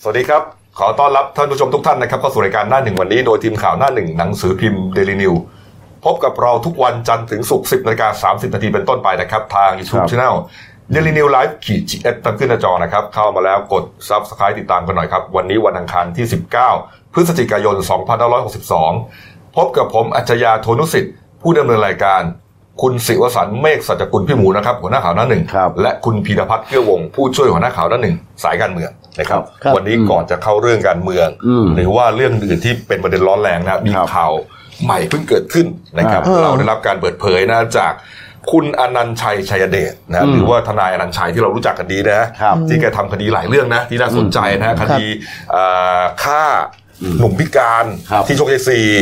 สวัสดีครับขอต้อนรับท่านผู้ชมทุกท่านนะครับเข้าสู่รายการหน้าหนึ่งวันนี้โดยทีมข่าวหน้าหนึ่งหนังสือพิมพ์ Daily News พบกับเราทุกวันจันทร์ถึงศุกร์ 10:30 น.เป็นต้นไปนะครับทาง YouTube Channel Daily News Live /GS ตั้งขึ้นหน้าจอนะครับเข้ามาแล้วกด Subscribe ติดตามกันหน่อยครับวันนี้วันอังคารที่19พฤศจิกายน2562พบกับผมอัจฉริยะ โทนุสิทธิ์ผู้ดำเนินรายการคุณศิวสันต์เมฆสัจกุลพี่หมูนะครับหัวหน้าข่าวหน้าหนึ่งและคุณพีรพัฒน์เกื้อวงผู้ช่วยหัวหน้าข่าวหน้าหนึ่งสายการเมืองนะครับวันนี้ก่อนจะเข้าเรื่องการเมืองหรือว่าเรื่องอื่นที่เป็นประเด็นร้อนแรงนะมีข่าวใหม่เพิ่งเกิดขึ้นนะครับเราได้รับการเปิดเผยนะจากคุณอนันต์ชัยชัยเดชนะหรือว่าทนายอนันต์ชัยที่เรารู้จักกันดีนะที่แกทำคดีหลายเรื่องนะที่น่าสนใจนะคดีฆ่าหนุ่มพิการที่โชคชัย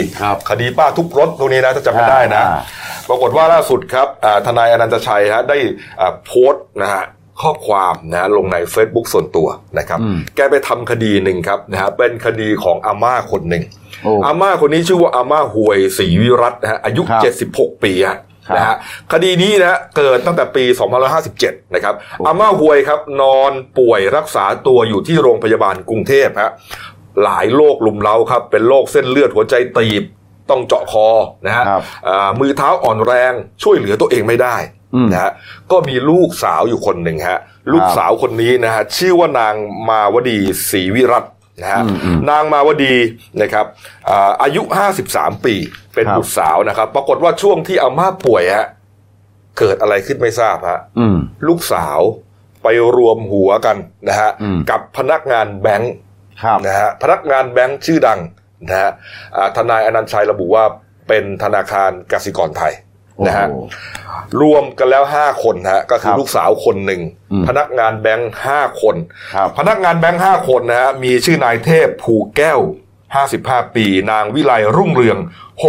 4คดีป้าทุบรถตรงนี้นะถ้าจำไม่ได้นะปรากฏว่าล่าสุดครับทนายอนันตชัยฮะได้โพสต์นะฮะข้อความนะลงใน Facebook ส่วนตัวนะครับแกไปทำคดีหนึ่งครับนะฮะเป็นคดีของอาม่าคนหนึ่งอาม่าคนนี้ชื่อว่าอาม่าหวยศรีวิรัตน์นะฮะอายุ76ปีนะฮะคดีนี้นะเกิดตั้งแต่ปี2557นะครับอาม่าหวยครับนอนป่วยรักษาตัวอยู่ที่โรงพยาบาลกรุงเทพฮะหลายโรคลุมเร้าครับเป็นโรคเส้นเลือดหัวใจตีบต้องเจาะคอนะฮะมือเท้าอ่อนแรงช่วยเหลือตัวเองไม่ได้นะฮะก็มีลูกสาวอยู่คนหนึ่งฮะลูกสาวคนนี้นะฮะชื่อว่านางมาวดีศรีวิรัตน์นะฮะนางมาวดีนะครับอายุ53ปีเป็นบุตรสาวนะครับปรากฏว่าช่วงที่อาม่าป่วยฮะเกิดอะไรขึ้นไม่ทราบฮะลูกสาวไปรวมหัวกันนะฮะกับพนักงานแบงค์นะฮะพนักงานแบงค์ชื่อดังนะฮะทนายอนันต์ชัยระบุว่าเป็นธนาคารกสิกรไทยนะฮะรวมกันแล้ว5คนฮะก็คือลูกสาวคนหนึ่งพนักงานแบงค์5คนพนักงานแบงค์5คนนะฮะมีชื่อนายเทพภูแก้ว55ปีนางวิไลรุ่งเรือง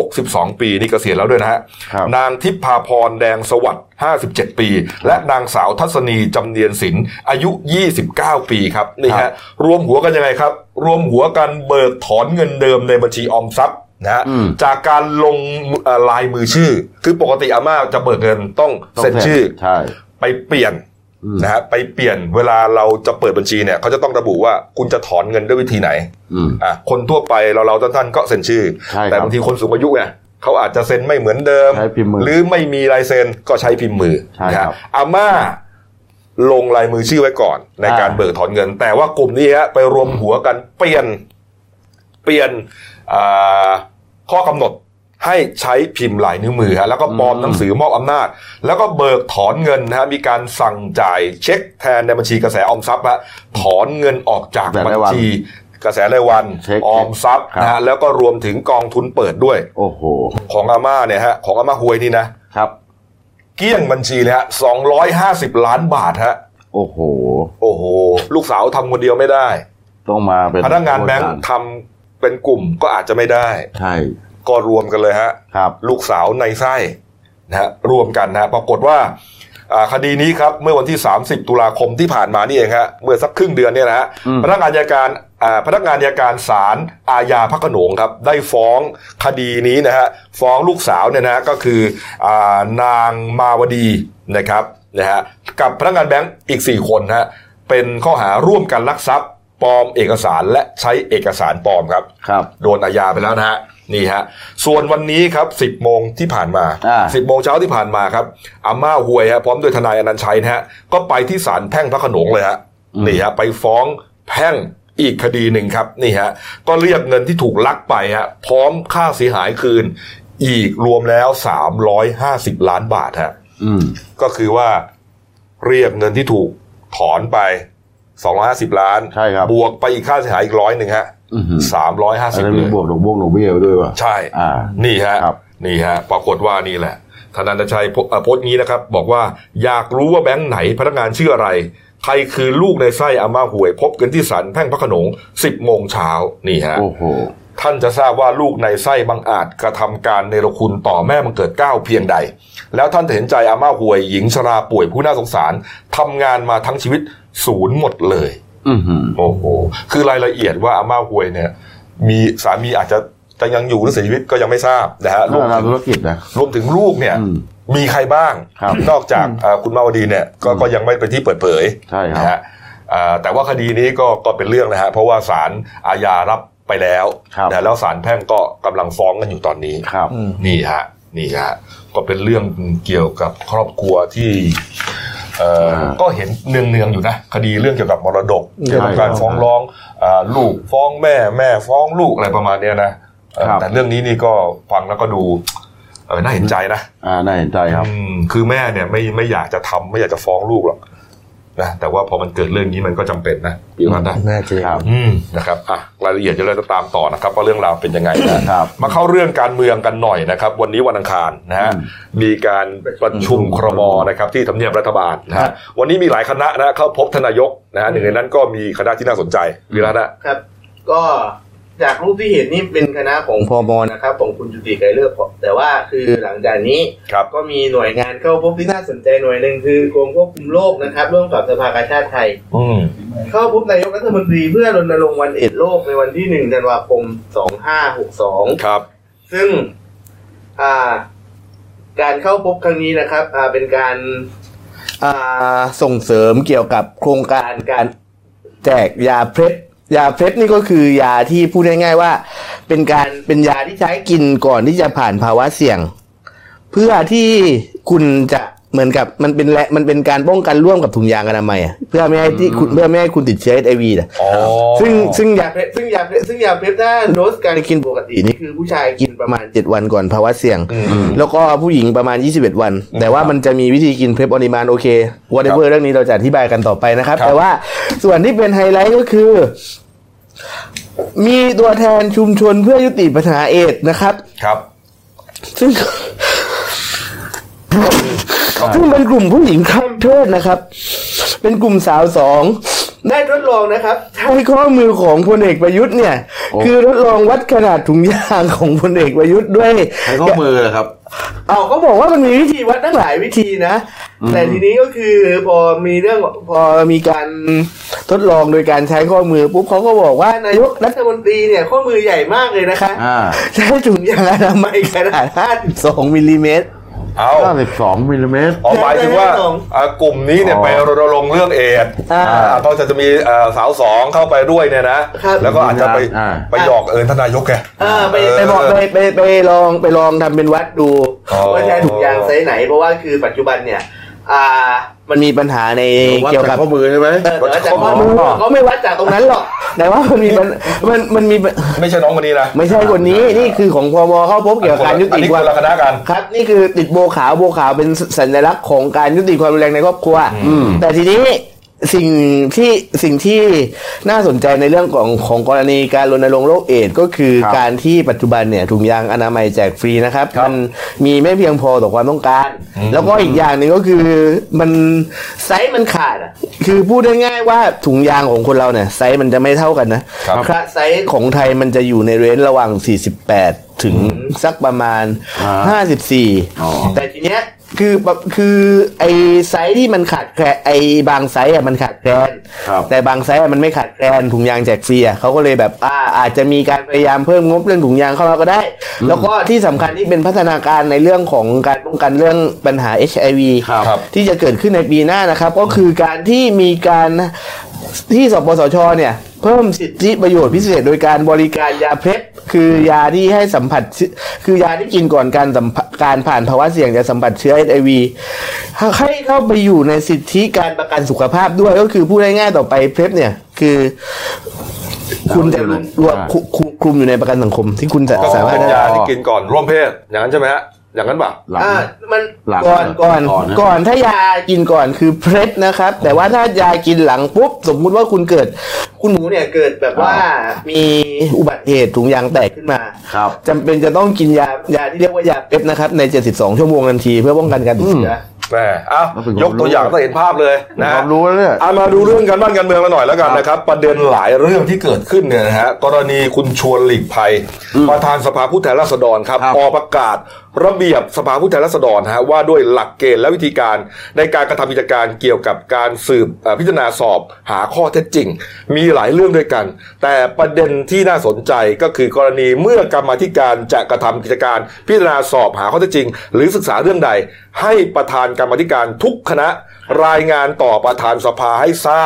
62ปีนี่เกษียณแล้วด้วยนะฮะนางทิพพาพรแดงสวัสดิ์57ปีและนางสาวทัศนีจำเนียนศิลป์อายุ29ปีครับนี่ฮะรวมหัวกันยังไงครับรวมหัวกันเบิกถอนเงินเดิมในบัญชีออมทรัพย์นะฮะจากการลงลายมือชื่อคือปกติอาม่าจะเบิกเงินต้องเซ็นชื่อไปเปลี่ยนนะฮะไปเปลี่ยนเวลาเราจะเปิดบัญชีเนี่ยเขาจะต้องระบุว่าคุณจะถอนเงินด้วยวิธีไหนคนทั่วไปเราท่านก็เซ็นชื่อแต่บางทีคนสูงอายุไงเขาอาจจะเซ็นไม่เหมือนเดิมหรือไม่มีลายเซ็นก็ใช้พิมพ์มือนะครับอาม่าลงลายมือชื่อไว้ก่อนในการเบิกถอนเงินแต่ว่ากลุ่มนี้ฮะไปรวมหัวกันเปลี่ยนข้อกำหนดให้ใช้พิมพ์ลายนิ้วมือแล้วก็ปลอมหนังสือมอบอำนาจแล้วก็เบิกถอนเงินนะฮะมีการสั่งจ่ายเช็คแทนในบัญชีกระแสออมทรัพย์ถอนเงินออกจากบัญชีกระแสรายวันออมทรัพย์นะฮะแล้วก็รวมถึงกองทุนเปิดด้วยโอ้โหของอาม่าเนี่ยฮะของอาม่าหวยนี่นะครับเกลี้ยงบัญชีเลยฮะ250 ล้านบาทฮะโอ้โหลูกสาวทำคนเดียวไม่ได้ต้องมาเป็นพนักงานแบงค์ทำเป็นกลุ่มก็อาจจะไม่ได้ใช่ก็รวมกันเลยฮะลูกสาวในไส้นะฮะรวมกันนะปรากฏว่าคดีนี้ครับเมื่อวันที่30ตุลาคมที่ผ่านมานี่เองฮะเมื่อสักครึ่งเดือนเนี่ยนะฮะพนักงานอัยการศาลอาญาพระโขนงครับได้ฟ้องคดีนี้นะฮะฟ้องลูกสาวเนี่ยนะก็คือนางมาวดีนะครับนะฮะกับพนักงานแบงก์อีก4คนฮะเป็นข้อหาร่วมกันลักทรัพย์ปลอมเอกสารและใช้เอกสารปลอมครับโดนอาญาไปแล้วนะฮะนี่ฮะส่วนวันนี้ครับ 10 โมงที่ผ่านมา 10 โมงเช้าที่ผ่านมาครับอาม่าหวยฮะพร้อมด้วยทนายอนันต์ชัยนะฮะก็ไปที่ศาลแพ่งพระโขนงเลยฮะนี่ฮะไปฟ้องแพ่งอีกคดีหนึ่งครับนี่ฮะก็เรียกเงินที่ถูกลักไปฮะพร้อมค่าเสียหายคืนอีกรวมแล้ว350 ล้านบาทฮะก็คือว่าเรียกเงินที่ถูกถอนไป250 ล้านบวกไปอีกค่าเสียหายอีก100นึงฮะ350เลยบวกดอกเบี้ยด้วยว่ะใช่นี่ฮะปรากฏว่านี่แหละธนาคารชัยโพสต์นี้นะครับบอกว่าอยากรู้ว่าแบงค์ไหนพนักงานชื่ออะไรใครคือลูกในไส้อาม่าหวยพบกันที่ศาลแพ่งพระโขนง 10 โมงเช้านี่ฮะท่านจะทราบว่าลูกในไส้บังอาจกระทำการเนรคุณต่อแม่บังเกิดเกล้าเพียงใดแล้วท่านเห็นใจอาม่าหวยหญิงชราป่วยผู้น่าสงสารทำงานมาทั้งชีวิตศูนย์หมดเลยโอ้โหคือรายละเอียดว่าอาม่าหวยเนี่ยมีสามีอาจจะยังอยู่หรือเสียชีวิตก็ยังไม่ทราบนะฮะรวมถึงธุรกิจนะรวมถึงลูกเนี่ยมีใครบ้างนอกจากคุณมาวดีเนี่ยก็ยังไม่เป็นที่เปิดเผยใช่ครับแต่ว่าคดีนี้ก็เป็นเรื่องนะฮะเพราะว่าศาลอาญารับไปแล้วแล้วศาลแพ่งก็กำลังฟ้องกันอยู่ตอนนี้นี่ฮะก็เป็นเรื่องเกี่ยวกับครอบครัวที่ก็เห็นเนืองอยู่นะคดีเรื่องเกี่ยวกับมรดกเกี่ยวกับการฟ้องร้องลูกฟ้องแม่ฟ้องลูกอะไรประมาณนี้นะแต่เรื่องนี้นี่ก็ฟังแล้วก็ดูน่าเห็นใจนะน่าเห็นใจครับคือแม่เนี่ยไม่อยากจะทำไม่อยากจะฟ้องลูกหรอกนะแต่ว่าพอมันเกิดเรื่องนี้มันก็จำเป็นนะพี่วันนะน่าจะนะครับรายละเอียดจะเลยตามต่อนะครับว่าเรื่องราวเป็นยังไงนะครับมาเข้าเรื่องการเมืองกันหน่อยนะครับวันนี้วันอังคารนะฮะมีการประชุมครม.นะครับที่ทำเนียบรัฐบาลนะฮะวันนี้มีหลายคณะนะเข้าพบทนายกนะฮะหนึ่งในนั้นก็มีคณะที่น่าสนใจวิรัตนะครับก็จากรูปที่เห็นนี่เป็นคณะของพม.นะครับของคุณจุติไกรเลิศแต่ว่าคือหลังจากนี้ก็มีหน่วยงานเข้าพบที่น่าสนใจหน่วยนึงคือกรมควบคุมโรคนะครับร่วมกับสภากาชาดไทยเข้าพบนายกรัฐมนตรีเพื่อรณรงค์วันเอดส์โลกในวันที่1 ธันวาคม 2562 ครับซึ่งการเข้าพบครั้งนี้นะครับเป็นการส่งเสริมเกี่ยวกับโครงการการแจกยาเพล็ดนี่ก็คือยาที่พูดง่ายๆว่าเป็นยาที่ใช้กินก่อนที่จะผ่านภาวะเสี่ยงเพื่อที่คุณจะเหมือนกับมันเป็นการป้องกันร่วมกับถุงยางอนามัยเพื่อไม่ให้คุณติดเชื้อ HIV นะซึ่งยาเพล็ดถ้าโดสการกินปกตินี่คือผู้ชายกินประมาณ7 วันก่อนภาวะเสี่ยงแล้วก็ผู้หญิงประมาณ21 วันแต่ว่ามันจะมีวิธีกินเพล็ดออนดิมานด์โอเค whatever เรื่องนี้เราจะอธิบายกันต่อไปนะครับแต่ว่าส่วนที่เป็นไฮไลท์ก็คือมีตัวแทนชุมชนเพื่อยุติปัญหาเอดส์นะครับซึ่งเป็นกลุ่มผู้หญิงข้ามเพศนะครับเป็นกลุ่มสาว2ได้ทดลองนะครับใช้ข้อมือของพลเอกประยุทธ์เนี่ยคือทดลองวัดขนาดถุงยางของพลเอกประยุทธ์ด้วยใช้ข้อมือครับก็บอกว่ามันมีวิธีวัดตั้งหลายวิธีนะแต่ทีนี้ก็คือพอมีการทดลองโดยการใช้ข้อมือปุ๊บเขาก็บอกว่านายกรัฐมนตรีเนี่ยข้อมือใหญ่มากเลยนะคะใช้ถุงยางอนามัยขนาด52 มิลลิเมตร 52 มิลลิเมตรหมายถึงว่ากลุ่มนี้เนี่ยไปรณรงค์เรื่องเอดส์ก็จะมีสาว2เข้าไปด้วยเนี่ยนะแล้วก็อาจจะไปหยอกทนายกแกไปลองทำเป็นวัดดูว่าใช้ถุงยางไซส์ไหนเพราะว่าคือปัจจุบันเนี่ยมันมีปัญหาในเกี่ยวกับข้อมือใช่ไหมข้อมือเขาไม่วัดจากตรงนั้นหรอกแต่ว่ามันมีไม่ใช่น้องคนนี้นะไม่ใช่คนนี้นี่คือของพม.เข้าพบเกี่ยวกับการยุติความคณะกันครับนี่คือติดโบขาวเป็นสัญลักษณ์ของการยุติความรุนแรงในครอบครัวแต่ทีนี้สิ่งที่น่าสนใจในเรื่องของกรณีการรณรงค์โรคเอดส์ก็คือการที่ปัจจุบันเนี่ยถุงยางอนามัยแจกฟรีนะครับมันมีไม่เพียงพอต่อความต้องการแล้วก็อีกอย่างนึงก็คือมันไซส์มันขาดคือพูดง่ายๆว่าถุงยางของคนเราเนี่ยไซส์มันจะไม่เท่ากันนะครับไซส์ของไทยมันจะอยู่ในเรนจ์ระหว่าง48ถึงสักประมาณ54แต่ทีเนี้ยคือไอไซส์ที่มันขาดแคลนไอบางไซส์มันขาดแคลนแต่บางไซส์มันไม่ขาดแคลนถุงยางแจกฟรีเขาก็เลยแบบอาจจะมีการพยายามเพิ่มงบเรื่องถุงยางเข้ามาก็ได้แล้วก็ที่สำคัญที่เป็นพัฒนาการในเรื่องของการป้องกันเรื่องปัญหา HIV ที่จะเกิดขึ้นในปีหน้านะครับก็คือการที่มีการที่สปสช.เนี่ยเพิ่มสิทธิประโยชน์พิเศษโดยการบริการยาเพล็ดคือยาที่ให้สัมผัสคือยาที่กินก่อนการผ่านภาวะเสี่ยงจะสัมผัสเชื้อ HIV ให้เข้าไปอยู่ในสิทธิการประกันสุขภาพด้วยก็คือพูดง่ายๆต่อไปเพล็ดเนี่ยคือคุณจะรวมคลุมอยู่ในประกันสังคมที่คุณจะสามารถยาที่กินก่อนร่วมเพศอย่างนั้นใช่ไหมฮะอย่างนั้นป่ะมันก่อนถ้ายากินก่อนคือเพล็ดนะครับแต่ว่าถ้ายากินหลังปุ๊บสมมุติว่าคุณหนูเนี่ยเกิดแบบว่ามีอุบัติเหตุถุงยางแตกขึ้นมาจำเป็นจะต้องกินยาที่เรียกว่ายาเพล็ดนะครับใน72 ชั่วโมงทันทีเพื่อป้องกันการติดเชื้อยกตัวอย่างก็เห็นภาพเลยนะรู้แล้วเนี่ยมาดูเรื่องการบ้านการเมืองกันหน่อยแล้วกันนะครับประเด็นหลายเรื่องที่เกิดขึ้นเนี่ยนะฮะกรณีคุณชวนหลีกภัยประธานสภาผู้แทนราษฎรครับออกประกาศระเบียบสภาผู้แทนราษฎรว่าด้วยหลักเกณฑ์และวิธีการในการกระทำกิจการเกี่ยวกับการสืบพิจารณาสอบหาข้อเท็จจริงมีหลายเรื่องด้วยกันแต่ประเด็นที่น่าสนใจก็คือกรณีเมื่อกรรมาธิการจะกระทำกิจการพิจารณาสอบหาข้อเท็จจริงหรือศึกษาเรื่องใดให้ประธานกรรมาธิการทุกคณะรายงานต่อประธานสภาให้ทราบ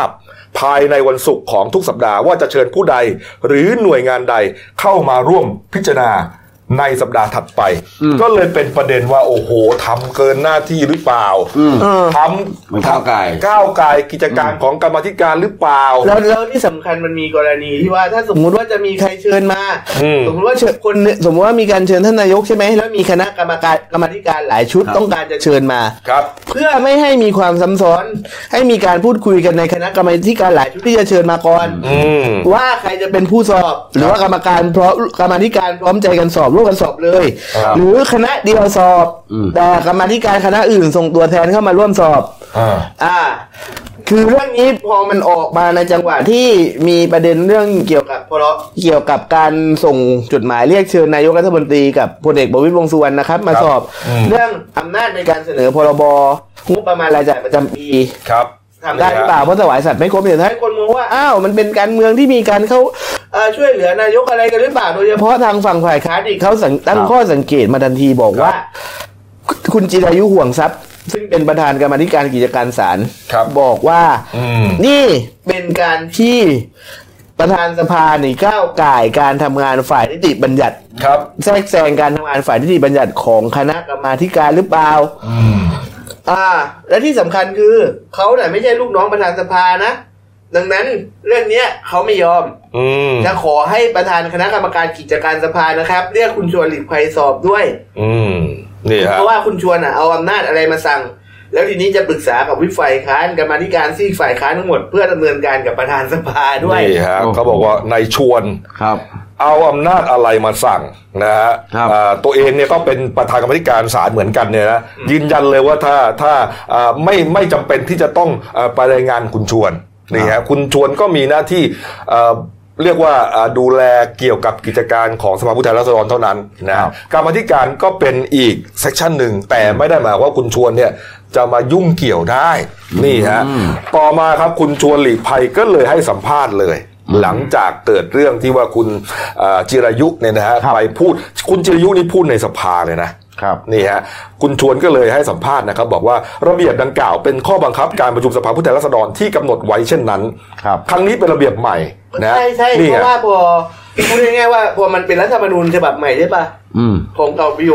ภายในวันศุกร์ของทุกสัปดาห์ว่าจะเชิญผู้ใดหรือหน่วยงานใดเข้ามาร่วมพิจารณาในสัปดาห์ถัดไปก็เลยเป็นประเด็นว่าโอ้โหทำเกินหน้าที่หรือเปล่าทำก้าวไก่กิจการของกรรมาธิการหรือเปล่าแล้วที่สำคัญมันมีกรณีที่ว่าถ้าสมมุติว่าจะมีใครเชิญมาสมมติว่าสมมติว่ามีการเชิญท่านนายกใช่ไหมแล้วมีคณะกรรมาธิการหลายชุดต้องการจะเชิญมาเพื่อไม่ให้มีความซ้ำซ้อนให้มีการพูดคุยกันในคณะกรรมาธิการหลายชุดที่จะเชิญมาก่อนว่าใครจะเป็นผู้สอบหรือว่ากรรมาธิการพร้อมใจกันสอบร่วมกันสอบเลยหรือคณะเดียวสอบแต่กรรมาธิการคณะอื่นส่งตัวแทนเข้ามาร่วมสอบคือเรื่องนี้พอมันออกมาในจังหวะที่มีประเด็นเรื่องเกี่ยวกับการส่งจดหมายเรียกเชิญนายกรัฐมนตรีกับพลเอกประวิตรวงษ์สุวรรณนะครับมาสอบเรื่องอำนาจในการเสนอพรบงบประมาณรายจ่ายประจำปีทำได้หรือเปล่าเพราะถวายสัตว์ไม่ครบเนี่ยถ้าคนมองว่าอ้าวมันเป็นการเมืองที่มีการเขาช่วยเหลือนายกอะไรกันหรือเปล่าโดยเฉพาะทางฝั่งฝ่ายค้านอีกเขาตั้งข้อสังเกตมาทันทีบอกว่าคุณจิรายุห่วงทรัพย์ซึ่งเป็นประธานกรรมาธิการกิจการศาลบอกว่านี่เป็นการที่ประธานสภานี่ก้าวก่ายการทำงานฝ่ายนิติบัญญัติแทรกแซงการทำงานฝ่ายนิติบัญญัติของคณะกรรมาธิการหรือเปล่าและที่สำคัญคือเขาเนี่ยไม่ใช่ลูกน้องประธานสภานะดังนั้นเรื่องนี้เขาไม่ยอมจะขอให้ประธานคณะกรรมการกิจการสภานะครับเรียกคุณชวนหลีกภัยสอบด้วยนี่ฮะเพราะว่าคุณชวนเอาอำนาจอะไรมาสั่งแล้วทีนี้จะปรึกษากับวิปฝ่ายค้านกรรมาธิการซีกฝ่ายค้านทั้งหมดเพื่อดำเนินการกับประธานสภาด้วยนี่ฮะเขาบอกว่าในชวนเอาอำนาจอะไรมาสั่งนะฮะตัวเองเนี่ยก็เป็นประธานกรรมธิการศาลเหมือนกันเนี่ยนะยืนยันเลยว่าถ้าไม่จำเป็นที่จะต้องไปรายงานคุณชวนนี่ฮะคุณชวนก็มีหน้าที่เรียกว่าดูแลเกี่ยวกับกิจการของสภาผู้แทนราษฎรเท่านั้นนะกรรมาธิการก็เป็นอีกเซกชันหนึ่งแต่ไม่ได้หมายว่าคุณชวนเนี่ยจะมายุ่งเกี่ยวได้นี่ฮะต่อมาครับคุณชวนหลีกภัยก็เลยให้สัมภาษณ์เลยหลังจากเกิดเรื่องที่ว่าคุณจิรายุเนี่ยนะฮะไปพูดคุณจิรายุนี่พูดในสภาเลยนะครับนี่ฮะคุณชวนก็เลยให้สัมภาษณ์นะครับบอกว่าระเบียบดังกล่าวเป็นข้อบังคับการประชุมสภาผู้แทนราษฎรที่กำหนดไว้เช่นนั้นครั้งนี้เป็นระเบียบใหม่นะใช่เพราะว่าพอพูดง่ายๆว่าพอมันเป็นรัฐธรรมนูญฉบับใหม่ใช่ป่ะของเก่าปี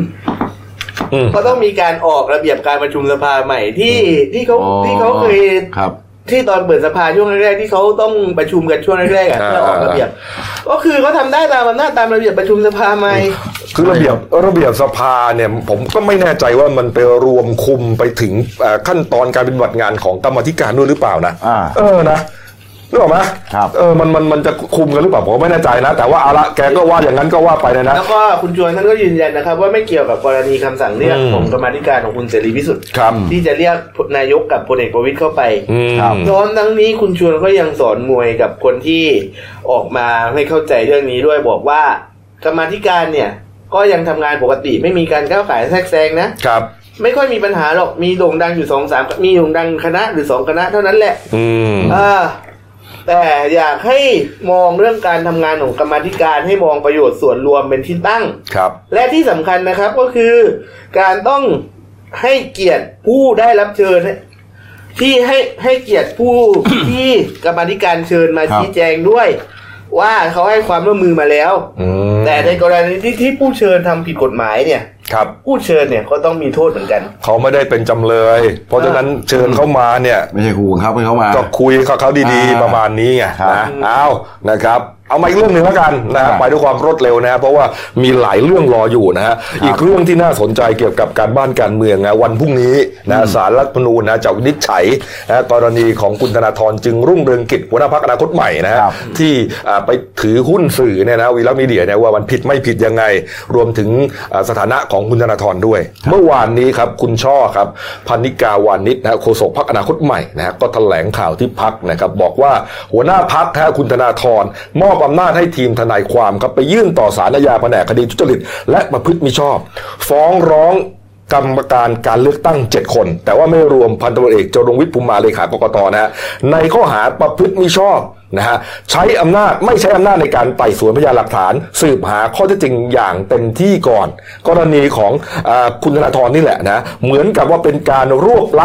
60ก็ต้องมีการออกระเบียบการประชุมสภาใหม่ที่เขาเคยที่ตอนเปิดสภาช่วงแรกๆที่เขาต้องประชุมกันช่วงแรกๆเพื่อออกระเบียบก็คือเขาทำได้ตามอำนาจตามระเบียบประชุมสภาใหม่คือระเบียบสภาเนี่ยผมก็ไม่แน่ใจว่ามันไปรวมคุมไปถึงขั้นตอนการปฏิบัติงานของกรรมาธิการด้วยหรือเปล่านะนะนึกออกไหมมันจะคุมกันหรือเปล่าผมไม่แน่ใจนะแต่ว่าเอาละแกก็ว่าอย่างนั้นก็ว่าไปนะแล้วก็คุณชวนท่านก็ยืนยันนะครับว่าไม่เกี่ยวกับกรณีคำสั่งเรียกของกรรมาธิการของคุณเสรีพิสุทธิ์ที่จะเรียกนายกกับพลเอกประวิตรเข้าไปพร้อมทั้งนี้คุณชวนก็ยังสอนมวยกับคนที่ออกมาไม่เข้าใจเรื่องนี้ด้วยบอกว่ากรรมาธิการเนี่ยก็ยังทำงานปกติไม่มีการก้าวก่ายแทรกแซงนะครับไม่ค่อยมีปัญหาหรอกมีโด่งดังอยู่ 2-3 มีโด่งดังคณะหรือ2คณะเท่านั้นแหละแต่อยากให้มองเรื่องการทำงานของกรรมาธิการให้มองประโยชน์ส่วนรวมเป็นที่ตั้งและที่สำคัญนะครับก็คือการต้องให้เกียรติผู้ได้รับเชิญที่ให้เกียรติผู้ ที่กรรมาธิการเชิญมาชี้แจงด้วยว่าเขาให้ความร่วมมือมาแล้วแต่ในกรณีที่ผู้เชิญทำผิดกฎหมายเนี่ยผู้เชิญเนี่ยก็ต้องมีโทษเหมือนกันเขาไม่ได้เป็นจำเลยเพราะฉะนั้นเชิญเข้ามาเนี่ยไม่ใช่ขู่ครับให้เขามาก็คุยกับเขาดีๆประมาณนี้ไงนะเอานะครับเอามาอีกเรื่องหนึ่งแล้วกันนะไปด้วยความรวดเร็วนะเพราะว่ามีหลายเรื่องรออยู่นะฮะอีกเรื่องที่น่าสนใจเกี่ยวกับการบ้านการเมืองนะวันพรุ่งนี้นะศาลรัฐธรรมนูญนะจะวินิจฉัยนะกรณีของคุณธนาธรจึงรุ่งเรืองกิจหัวหน้าพรรคอนาคตใหม่นะที่ไปถือหุ้นสื่อเนี่ยนะวีลักษณ์มีเดียเนี่ยว่ามันผิดไม่ผิดยังไงรวมถึงสถานะของคุณธนาธรด้วยเมื่อวานนี้ครับคุณช่อครับพนิกาวานิชนะโฆษกพรรคอนาคตใหม่นะก็แถลงข่าวที่พรรคนะครับบอกว่าหัวหน้าพรรคคุณธนาธรมอบอำนาจให้ทีมทนายความครับไปยื่นต่อศาลอาญาแผนกคดีทุจริตและประพฤติมิชอบฟ้องร้องกรรมการการเลือกตั้ง7คนแต่ว่าไม่รวมพันตำรวจเอกจรุงวิทย์ภูมิมาเลขากกตนะฮะในข้อหาประพฤติมิชอบนะฮะใช้อำนาจไม่ใช้อำนาจในการไต่สวนพยานหลักฐานสืบหาข้อเท็จจริงอย่างเต็มที่ก่อนกรณีของคุณธนาธรนี่แหละนะเหมือนกับว่าเป็นการรวบลัด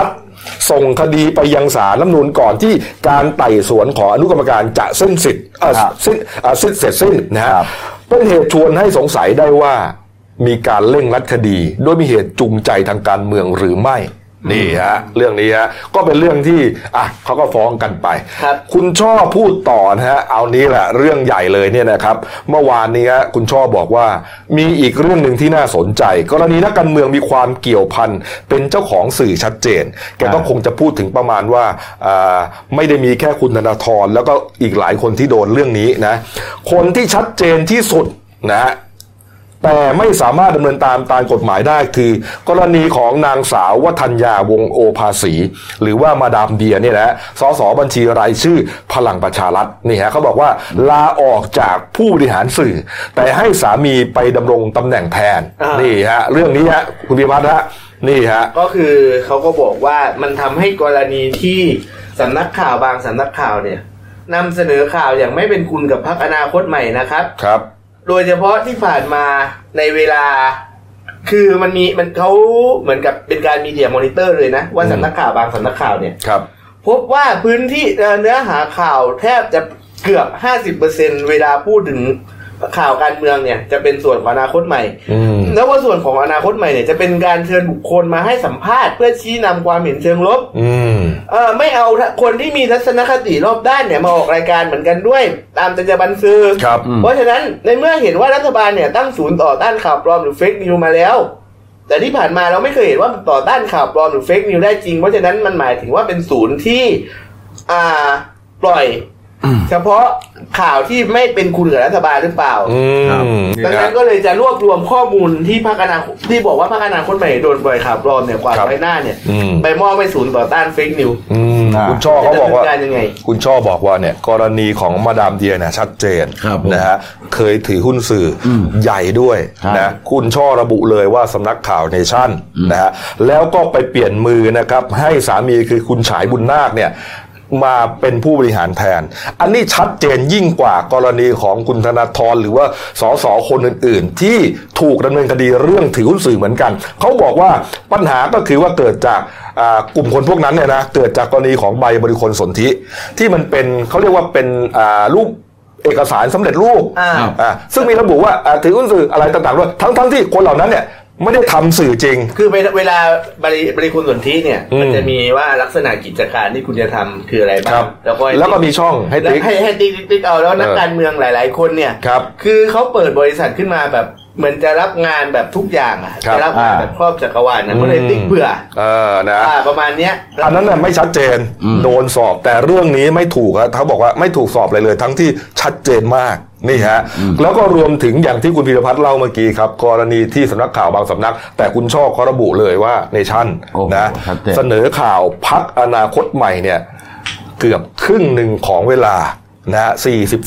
ส่งคดีไปยังศาลรัฐธรรมนูญก่อนที่การไต่สวนของอนุกรรมการจะสิ้นเสร็จนะฮะเป็นเหตุชวนให้สงสัยได้ว่ามีการเร่งรัดคดีโดยมีเหตุจูงใจทางการเมืองหรือไม่นี่ฮะเรื่องนี้ฮะก็เป็นเรื่องที่เขาก็ฟ้องกันไปคุณช่อพูดต่อนะฮะเอานี้แหละเรื่องใหญ่เลยเนี่ยนะครับเมื่อวานนี้คุณช่อบอกว่ามีอีกเรื่องหนึ่งที่น่าสนใจกรณีนักการเมืองมีความเกี่ยวพันเป็นเจ้าของสื่อชัดเจนแกก็คงจะพูดถึงประมาณว่าไม่ได้มีแค่คุณธนาธรแล้วก็อีกหลายคนที่โดนเรื่องนี้นะคนที่ชัดเจนที่สุดนะฮะแต่ไม่สามารถดำเนินตามกฎหมายได้คือกรณีของนางสาววทัญญาวงศ์โอภาสีหรือว่ามาดามเดียเนี่ยนะสสบัญชีรายชื่อพลังประชารัฐนี่ฮะเขาบอกว่าลาออกจากผู้บริหารสื่อแต่ให้สามีไปดำรงตำแหน่งแทนนี่ฮะเรื่องนี้ฮะคุณพิพัฒน์ฮะนี่ฮะก็คือเขาก็บอกว่ามันทำให้กรณีที่สำนักข่าวบางสำนักข่าวเนี่ยนำเสนอข่าวอย่างไม่เป็นคุณกับพรรคอนาคตใหม่นะครับโดยเฉพาะที่ผ่านมาในเวลาคือมันเขาเหมือนกับเป็นการมีเดียมอนิเตอร์เลยนะว่าสำนักข่าวบางสำนักข่าวเนี่ยพบว่าพื้นที่เนื้อหาข่าวแทบจะเกือบ 50% เวลาพูดถึงข่าวการเมืองเนี่ยจะเป็นส่วนของอนาคตใหม่แล้วว่าส่วนของอนาคตใหม่เนี่ยจะเป็นการเชิญบุคคลมาให้สัมภาษณ์เพื่อชี้นำความเห็นเชิงลบไม่เอาคนที่มีทัศนคติรอบด้านเนี่ยมาออกรายการเหมือนกันด้วยตามจรรยาบรรณสื่อเพราะฉะนั้นในเมื่อเห็นว่ารัฐบาลเนี่ยตั้งศูนย์ต่อต้านข่าวปลอมหรือเฟกนิวมาแล้วแต่ที่ผ่านมาเราไม่เคยเห็นว่าต่อต้านข่าวปลอมหรือเฟกนิวได้จริงเพราะฉะนั้นมันหมายถึงว่าเป็นศูนย์ที่ปล่อยเฉพาะข่าวที่ไม่เป็นคุณกับรัฐบาลหรือเปล่าดังนั้นก็เลยจะรวบรวมข้อมูลที่พรรคอนาคตที่บอกว่าพรรคอนาคตใหม่โดนปล่อยข่าวปลอมเนี่ยกว่าไว้หน้าเนี่ยไปมอบไปศูนย์ต่อต้านเฟกนิวคุณช่อเขาบอกว่าคุณช่อบอกว่าเนี่ยกรณีของมาดามเดียเนี่ยชัดเจนนะฮะเคยถือหุ้นสื่อใหญ่ด้วยนะคุณช่อระบุเลยว่าสำนักข่าวเนชั่นนะฮะแล้วก็ไปเปลี่ยนมือนะครับให้สามีคือคุณฉายบุญนาคเนี่ยมาเป็นผู้บริหารแทนอันนี้ชัดเจนยิ่งกว่ากรณีของคุณธนาธรหรือว่าสสคนอื่นๆที่ถูกดำเนินคดีเรื่องถือหุ้นสื่อเหมือนกันเขาบอกว่าปัญหาก็คือว่าเกิดจากกลุ่มคนพวกนั้นเนี่ยนะเกิดจากกรณีของใบบริคลสนธิที่มันเป็นเขาเรียกว่าเป็นรูปเอกสารสำเร็จรูปซึ่งมีระบุว่าถือหุ้นสื่ออะไรต่างๆด้วยทั้งที่คนเหล่านั้นเนี่ยไม่ได้ทำสื่อจริงคือเวลาบริคุณสนธิเนี่ยมันจะมีว่าลักษณะกิจการที่คุณจะทำคืออะไรบ้างแล้วก็มีช่องให้ติ๊กเอาแล้วนักการเมืองหลายๆคนเนี่ยคือเขาเปิดบริษัทขึ้นมาแบบเหมือนจะรับงานแบบทุกอย่างจะรับงานแบบครอบจักรวาลนะก็เลยติ๊กเผื่อนะประมาณเนี้ยอันนั้นน่ะไม่ชัดเจนโดนสอบแต่เรื่องนี้ไม่ถูกครับเขาบอกว่าไม่ถูกสอบอะไรเลยทั้งที่ชัดเจนมากนี่ฮะแล้วก็รวมถึงอย่างที่คุณพีรพัฒน์เล่าเมื่อกี้ครับกรณีที่สำนักข่าวบางสำนักแต่คุณช่อเขาระบุเลยว่าเนชั่นนะเสนอข่าวพรรคอนาคตใหม่เนี่ยเกือบครึ่งหนึ่งของเวลานะฮะ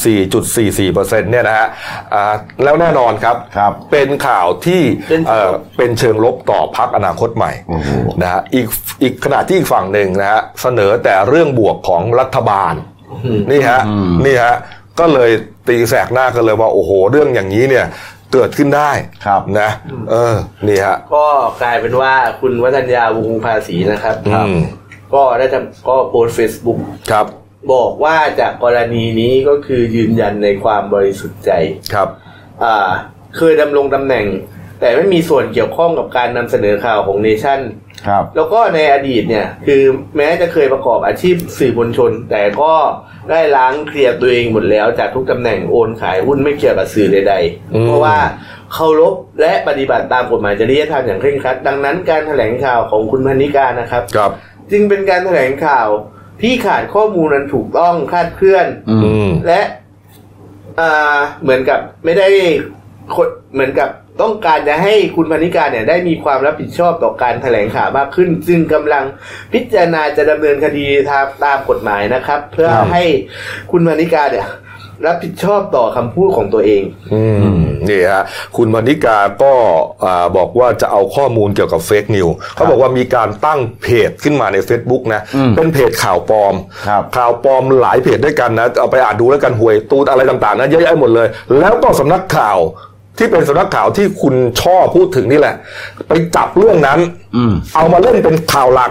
44.44% เนี่ยนะฮะแล้วแน่นอนครับเป็นข่าวที่เป็นเชิงลบต่อพรรคอนาคตใหม่นะฮะอีกขณะที่อีกฝั่งหนึ่งนะฮะเสนอแต่เรื่องบวกของรัฐบาลนี่ฮะก็เลยตีแสกหน้ากันเลยว่าโอ้โหเรื่องอย่างนี้เนี่ยเกิดขึ้นได้นะนี่ฮะก็กลายเป็นว่าคุณวทัญญาวงศ์ภาษีนะครับก็ได้ก็โพสต์ Facebook ครับบอกว่าจากกรณีนี้ก็คือยืนยันในความบริสุทธิ์ใจครับเคยดำรงตำแหน่งแต่ไม่มีส่วนเกี่ยวข้องกับการนำเสนอข่าวของเนชั่นแล้วก็ในอดีตเนี่ยคือแม้จะเคยประกอบอาชีพสื่อมวลชนแต่ก็ได้ล้างเคลียร์ตัวเองหมดแล้วจากทุกตำแหน่งโอนขายหุ้นไม่เกี่ยวกับสื่อใดๆเพราะว่าเคารพและปฏิบัติตามกฎหมายจริยธรรมอย่างเคร่งครัดดังนั้นการแถลงข่าวของคุณพนิกานะครับจึงเป็นการแถลงข่าวที่ขาดข้อมูลนั้นถูกต้องคลาดเคลื่อนและเหมือนกับไม่ได้เหมือนกับต้องการจะให้คุณพนิกาเนี่ยได้มีความรับผิดชอบต่อการแถลงข่าวมากขึ้นซึ่งกำลังพิจารณาจะดำเนินคดีตามกฎหมายนะครับเพื่อให้คุณพนิกาเนี่ยรับผิดชอบต่อคำพูดของตัวเองนี่ฮะคุณพนิกาก็บอกว่าจะเอาข้อมูลเกี่ยวกับเฟกนิวเขาบอกว่ามีการตั้งเพจขึ้นมาใน Facebook นะเป็นเพจข่าวปลอมข่าวปลอมหลายเพจด้วยกันนะเอาไปอ่านดูแล้วกันหวยตูดอะไรต่างๆนะเยอะแยะหมดเลยแล้วก็สำนักข่าวที่เป็นสำนักข่าวที่คุณช่อพูดถึงนี่แหละไปจับเรื่องนั้นเอามาเล่นเป็นข่าวหลัก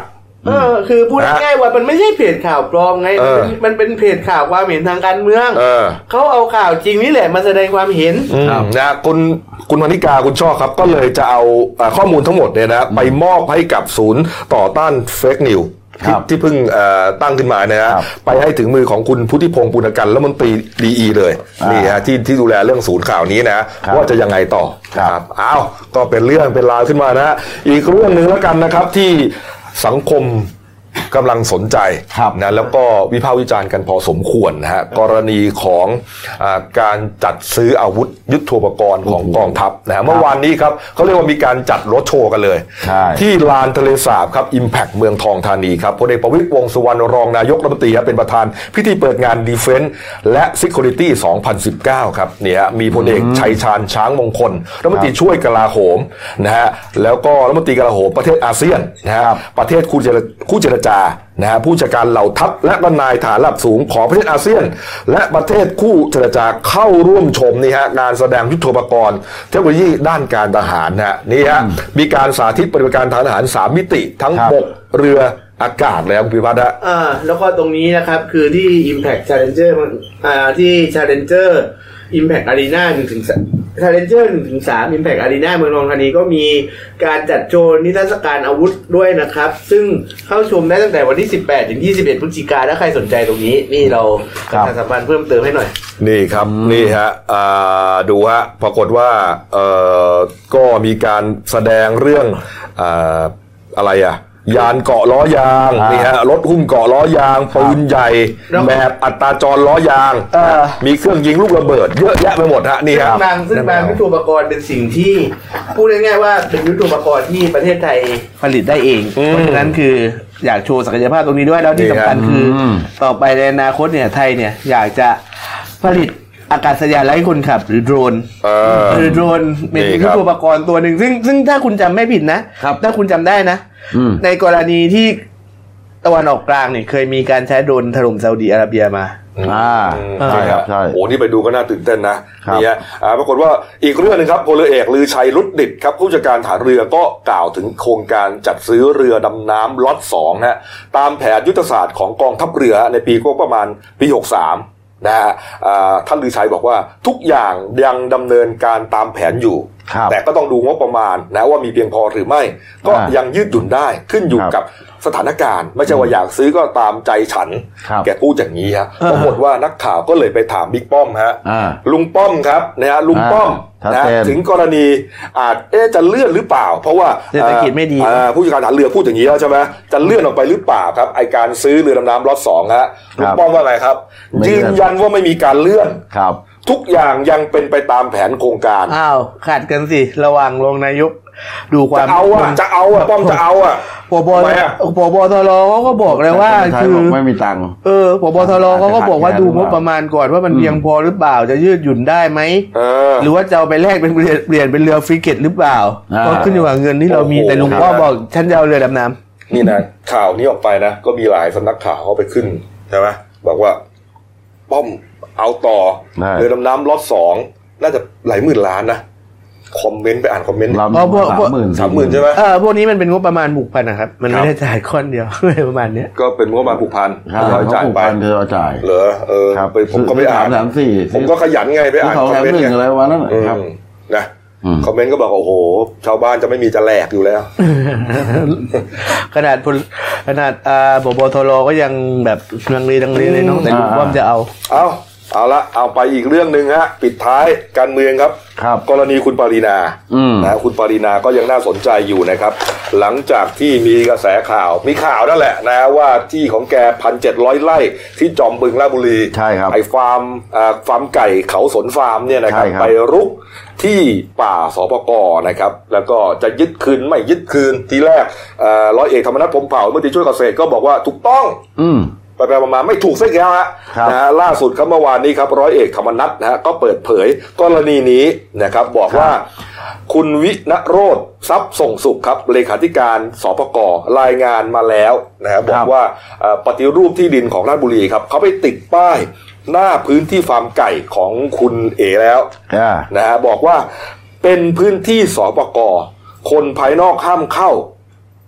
คือพูดง่ายๆว่ามันไม่ใช่เพจข่าวปลอมไงมันเป็นเพจข่าวความเห็นทางการเมืองเขาเอาข่าวจริงนี่แหละมาแสดงความเห็นนะคุณวณิกาคุณช่อครับก็เลยจะเอาข้อมูลทั้งหมดเนี่ยนะไปมอบให้กับศูนย์ต่อต้านเฟกนิวที่เพิ่งตั้งขึ้นมานะฮะไปให้ถึงมือของคุณพุทธิพงษ์ปุณกันรัฐมนตรีดีเลยนี่ฮะที่ดูแลเรื่องศูนย์ข่าวนี้นะว่าจะยังไงต่อครับอ้าวก็เป็นเรื่องเป็นราวขึ้นมานะอีกเรื่องนึงแล้วกันนะครับที่สังคมกำลังสนใจนะแล้วก็วิพากษ์วิจารณ์กันพอสมควรนะฮะกรณีของการจัดซื้ออาวุธยุทโธปกรณ์ของกองทัพนะเมื่อวานนี้ครับเขาเรียกว่ามีการจัดรถโชว์กันเลยที่ลานทะเลสาบครับ Impact เมืองทองธานีครับพลเอกประวิตรวงษ์สุวรรณรองนายกรัฐมนตรีเป็นประธานพิธีเปิดงาน Defense และ Security 2019 ครับเนี่ยมีพลเอกชัยชาญช้างมงคลรัฐมนตรีช่วยกลาโหมนะฮะแล้วก็รัฐมนตรีกลาโหมประเทศอาเซียนนะฮะประเทศคู่เจรจานะฮะผู้จัดการเหล่าทัพและก็นายฐานระดับสูงของประเทศอาเซียนและประเทศคู่เจรจาเข้าร่วมชมนี่ฮะงานแสดงยุทโธปกรณ์เทคโนโลยีด้านการทหารนะนี่ฮะมีการสาธิตปฏิบัติการทางทหาร3มิติทั้งบกเรืออากาศแล้วพิพัฒน์ฮะแล้วก็ตรงนี้นะครับคือที่ Impact Challenger ที่ Challenger Impact Arena Challenger 1-3 Impact Arena เมืองทองธานีก็มีการจัดโชว์นิทรรศการอาวุธด้วยนะครับซึ่งเข้าชมได้ตั้งแต่วันที่18ถึง21พฤศจิกายนถ้าใครสนใจตรงนี้นี่เราประชาสัมพันธ์เพิ่มเติมให้หน่อยนี่ครับนี่ฮะดูฮะปรากฏว่าก็มีการแสดงเรื่องอะไรยานเกาะล้อยางนี่ฮะรถหุ้มเกาะล้อยางปืนใหญ่แบบอัตราจรล้อยางมีเครื่องยิงลูกระเบิดเยอะแยะไปหมดฮะนี่ฮะซึ่งยุทโธปกรณ์เป็นสิ่งที่พูดง่ายๆว่าเป็นยุทโธปกรณ์ที่ประเทศไทยผลิตได้เองเพราะฉะนั้นคืออยากโชว์ศักยภาพตรงนี้ด้วยแล้วที่สำคัญคือต่อไปในอนาคตเนี่ยไทยเนี่ยอยากจะผลิตอากาศยานไร้คนขับหรือโดรนเป็นยุทโธปกรณ์ตัวหนึ่งซึ่งถ้าคุณจำไม่ผิดนะถ้าคุณจำได้นะในกรณีที่ตะวันออกกลางเนี่ยเคยมีการใช้โดรนถล่มซาอุดิอาระเบียมาใช่ครับโอ้นี่ไปดูก็น่าตื่นเต้นนะนี่ฮะปรากฏว่าอีกเรื่องนึงครับพลเรือเอกลือชัยรุดดิษฐ์ครับผู้จัดการฐานเรือก็กล่าวถึงโครงการจัดซื้อเรือดำน้ำล็อต2นะตามแผนยุทธศาสตร์ของกองทัพเรือในปีก็ประมาณปี63นะฮะท่านลือชัยบอกว่าทุกอย่างยังดำเนินการตามแผนอยู่แต่ก็ต้องดูงบประมาณนะว่ามีเพียงพอหรือไม่ก็ยังยืดหยุ่นได้ขึ้นอยู่กับสถานการณ์ไม่ใช่ว่าอยากซื้อก็ตามใจฉันแกพูดอย่างนี้ฮะปรากฏว่านักข่าวก็เลยไปถามบิ๊กป้อมฮะลุงป้อมครับนะฮะลุงป้อมนะถึงกรณีอาจจะเลื่อนหรือเปล่าเพราะว่าเศรษฐกิจไม่ดีผู้จัดการฐานเรือพูดอย่างนี้แล้วใช่ไหมจะเลื่อนออกไปหรือเปล่าครับไอการซื้อเรือดำน้ำล็อต2ฮะลุงป้อมว่าไงครับยืนยันว่าไม่มีการเลื่อนทุกอย่างยังเป็นไปตามแผนโครงการขาดกันสิระหว่างรองนายกดูความจะเอาป้อมจะเอาผบ.ทร.เขาก็บอกเลยว่าคือไม่มีตังค์ผบ.ทร.เขาก็บอกว่าดูงบประมาณก่อนว่ามันเพียงพอหรือเปล่าจะยืดหยุ่นได้ไหมหรือว่าจะเอาไปแลกเป็นเปลี่ยนเป็นเรือฟริเกตหรือเปล่าก็ขึ้นอยู่กับเงินที่เรามีแต่ลุงก็บอกฉันจะเอาเรือดำน้ำนี่นะข่าวนี้ออกไปนะก็มีหลายสำนักข่าวเขาไปขึ้นใช่ไหมบอกว่าป้อมเอาต่อเรือดำน้ำล็อต2น่าจะหลายหมื่นล้านนะคอมเมนต์ไปอ่านคอมเมนต์30,000ใช่ไหมพวกนี้มันเป็นงบประมาณผูกพันนะครับมันไม่ได้จ่ายก้อนเดียวประมาณนี้ก็เป็นงบประมาณผูกพันจ่ายไปจ่ายเหรอผมก็ไม่อ่านผมก็ขยันไงไปอ่านคอมเมนต์อะไรวะนั่นครับนะคอมเมนต์ก็บอกโอ้โหชาวบ้านจะไม่มีจะแหลกอยู่แล้วขนาดบปทรก็ยังแบบลังเลเลยน้องแต่ลุงป้อมจะเอาละเอาไปอีกเรื่องนึงฮะปิดท้ายการเมืองครับกรณีคุณปรินานะคุณปรินาก็ยังน่าสนใจอยู่นะครับหลังจากที่มีกระแสข่าวมีข่าวนั่นแหละนะว่าที่ของแก 1,700 ไร่ที่จอมบึงราชบุรีไอ้ฟาร์มไก่เขาสนฟาร์มเนี่ยนะครับไปรุกที่ป่าสปก.นะครับแล้วก็จะยึดคืนไม่ยึดคืนทีแรกร้อยเอกธรรมนัสพรหมเผ่าเมื่อที่ช่วยเกษตรก็บอกว่าถูกต้องไปมาไม่ถูกสักแล้วฮะนะฮะล่าสุดครับเมื่อวานนี้ครับร้อยเอกธรรมนัสนะฮะก็เปิดเผยกรณีนี้นะครับบอกว่าคุณวิณโรจน์ทรัพย์ส่งสุขครับเลขาธิการสปก.รายงานมาแล้วนะครับบอกว่าปฏิรูปที่ดินของราชบุรีครับเขาไปติดป้ายหน้าพื้นที่ฟาร์มไก่ของคุณเอ๋แล้วนะฮะบอกว่าเป็นพื้นที่สปก.คนภายนอกห้ามเข้า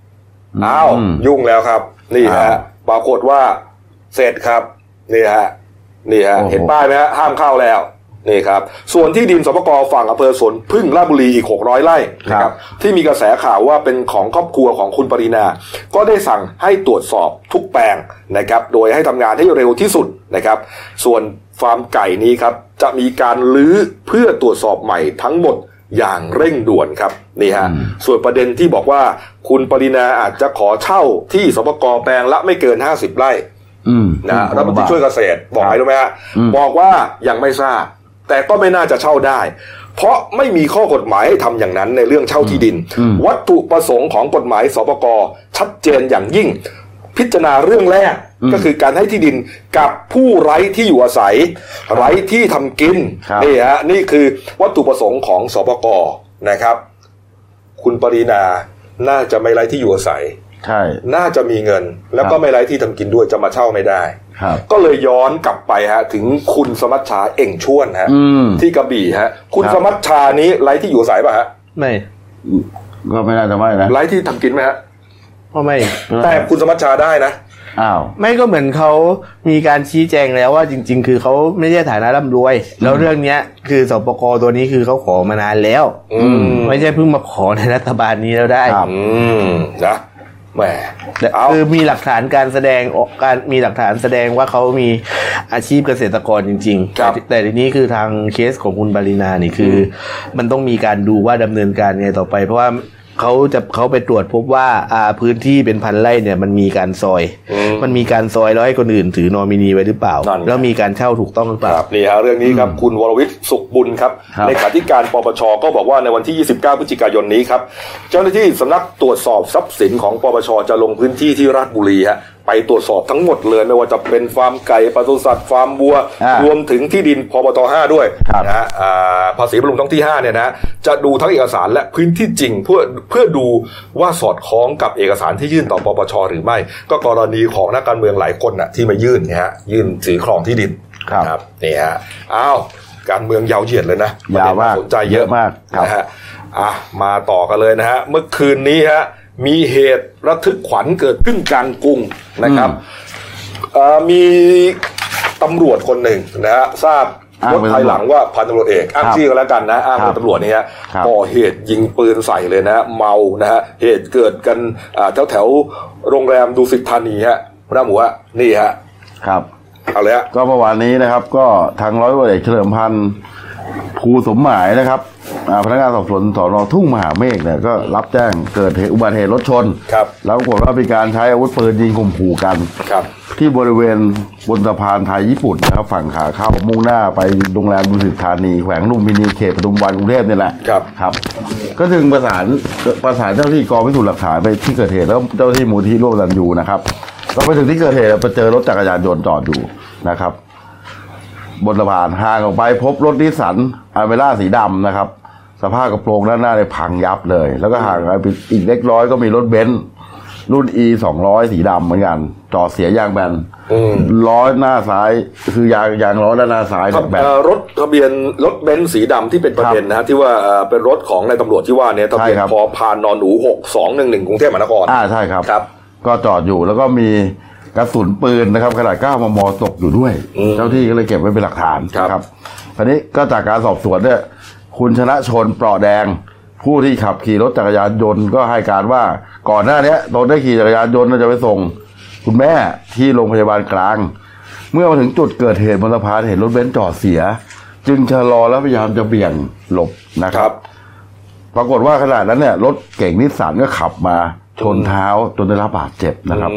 อ้าวยุ่งแล้วครับนี่ฮะปรากฏว่าเสร็จครับนี่ฮะเห็นป้ายไหมฮะห้ามเข้าแล้วนี่ครับส่วนที่ดินสปก.ฝั่งอำเภอสวนพึ่งราชบุรีอีก600 ไร่นะครับที่มีกระแสข่าวว่าเป็นของครอบครัวของคุณปรินาก็ได้สั่งให้ตรวจสอบทุกแปลงนะครับโดยให้ทำงานให้เร็วที่สุดนะครับส่วนฟาร์มไก่นี้ครับจะมีการรื้อเพื่อตรวจสอบใหม่ทั้งหมดอย่างเร่งด่วนครับนี่ฮะส่วนประเด็นที่บอกว่าคุณปรินาอาจจะขอเช่าที่สปก.แปลงละไม่เกิน50 ไร่นะรัฐมนตรีช่วยเกษตรบอกไงรู้ไหมฮะบอกว่ายังไม่ทราบแต่ก็ไม่น่าจะเช่าได้เพราะไม่มีข้อกฎหมายให้ทำอย่างนั้นในเรื่องเช่าที่ดินวัตถุประสงค์ของกฎหมายสปก.ชัดเจนอย่างยิ่งพิจารณาเรื่องแรกก็คือการให้ที่ดินกับผู้ไร้ที่อยู่อาศัยไร้ที่ทำกินนี่ฮะนี่คือวัตถุประสงค์ของสปก.นะครับคุณปรินาน่าจะไม่ไร้ที่อยู่อาศัยใช่น่าจะมีเงินแล้วก็ไม่ไร้ที่ทำกินด้วยจะมาเช่าไม่ได้ก็เลยย้อนกลับไปฮะถึงคุณสมัชชาเอ่งชวนฮะที่กระบี่ฮะคุณสมัชชานี้ไร้ที่อยู่อาศัยป่ะฮะไม่ก็ไม่น่าจะไม่นะไร้ที่ทำกินไหมฮะก็ไม่แต่คุณสมัชชาได้นะอ้าวไม่ก็เหมือนเขามีการชี้แจงแล้วว่าจริงๆคือเขาไม่ใช่ฐานะร่ำรวยแล้วเรื่องเนี้ยคือสปก.ตัวนี้คือเขาขอมานานแล้วไม่ใช่เพิ่งมาขอในรัฐบาลนี้แล้วได้นะแหมคือมีหลักฐานการแสดงมีหลักฐานแสดงว่าเขามีอาชีพเกษตรกรจริงๆแต่ทีนี้คือทางเคสของคุณปรินานี่คือมันต้องมีการดูว่าดำเนินการไงต่อไปเพราะว่าเขาไปตรวจพบว่าพื้นที่เป็นพันไร่เนี่ยมันมีการซอยแล้วให้คนอื่นถือนอมินีไว้หรือเปล่าแล้วมีการเช่าถูกต้องหรือเปล่านี่ฮะเรื่องนี้ครับคุณวรวิทย์สุขบุญครับเลขาธิการปปช.ก็บอกว่าในวันที่29 พฤศจิกายนนี้ครับเจ้าหน้าที่สำนักตรวจสอบทรัพย์สินของปปช.จะลงพื้นที่ที่ราชบุรีฮะไปตรวจสอบทั้งหมดเลยไม่ว่าจะเป็นฟาร์มไก่ปศุสัตว์ฟาร์มวัวรวมถึงที่ดินพบต.5 ด้วยนะฮะภาษีบำรุงท้องที่5เนี่ยนะจะดูทั้งเอกสารและพื้นที่จริงเพื่อดูว่าสอดคล้องกับเอกสารที่ยื่นต่อปปช.หรือไม่ก็กรณีของนักการเมืองหลายคนน่ะที่มายื่นเนี่ยฮะยื่นถือครองที่ดินครับนี่ฮะอ้าวการเมืองยาวเหยียดเลยนะยาวมากสนใจเยอะมากนะฮะมาต่อกันเลยนะฮะเมื่อคืนนี้ฮะมีเหตุระทึกขวัญเกิดขึ้นกลางกรุงนะครับมีตำรวจคนหนึ่งนะฮะทราบภายหลังว่าพันตำรวจเอกอ้างชื่อกันแล้วกันนะอ้างเป็นตำรวจนี่ฮะก่อเหตุยิงปืนใส่เลยนะเมานะฮะเหตุเกิดกันแถวโรงแรมดุสิตธานีฮะพระหมูฮะนี่ฮะครับเอาเลยฮะก็เมื่อวานนี้นะครับก็ทางร้อยตำรวจเอกเฉลิมพันธ์ภูสมหมายนะครับพนักงานสอบสวนสน.ทุ่งมหาเมฆเนี่ยก็รับแจ้งเกิดอุบัติเหตุรถชนแล้วปรากฏว่ามีการใช้อาวุธปืนยิงข่มขู่กันที่บริเวณบนสะพานไทยญี่ปุ่นนะครับฝั่งขาเข้ามุ่งหน้าไปโรงแรมดุสิตธานีแขวงลุมพินีเขตปทุมวันกรุงเทพนี่แหละครับก็จึงประสานเจ้าหน้าที่กองพิสูจน์หลักฐานไปที่เกิดเหตุแล้วเจ้าหน้าที่มูลที่ร่วมกันอยู่นะครับก็ไปถึงที่เกิดเหตุไปเจอรถจักรยานยนต์จอดอยู่นะครับบนสะพานห่างออกไปพบรถนิสสันอาเมร่าสีดำนะครับสภาพกระโปรงด้านหน้าเนี่ยพังยับเลยแล้วก็ห่างไปอีกเล็กน้อยก็มีรถเบนซ์รุ่น E 200สีดำเหมือนกันจอดเสียยางแบนล้อหน้าซ้ายคือยางล้อด้านหน้าซ้ายแบนรถทะเบียนรถเบนซ์สีดำที่เป็นประเด็นนะที่ว่าเป็นรถของนายตำรวจที่ว่าเนี่ยทะเบียนพพนหนู6211กรุงเทพมหานครใช่ครับก็จอดอยู่แล้วก็มีกระสุนปืนนะครับขนาด9 มม.ตกอยู่ด้วยเจ้าที่ก็เลยเก็บไว้เป็นหลักฐานครับอันนี้ก็จากการสอบสวนเนี่ยคุณชนะชนเปราะแดงผู้ที่ขับขี่รถจักรยานยนต์ก็ให้การว่าก่อนหน้านี้ตนได้ขี่จักรยานยนต์จะไปส่งคุณแม่ที่โรงพยาบาลกลางเมื่อมาถึงจุดเกิดเหตุบนสะพานเห็นรถเบนซ์จอดเสียจึงชะลอแล้วพยายามจะเบี่ยงหลบนะครับปรากฏว่าขณะนั้นเนี่ยรถเก่งนิสสันก็ขับมาชนเท้าจนได้รับบาดเจ็บนะครับ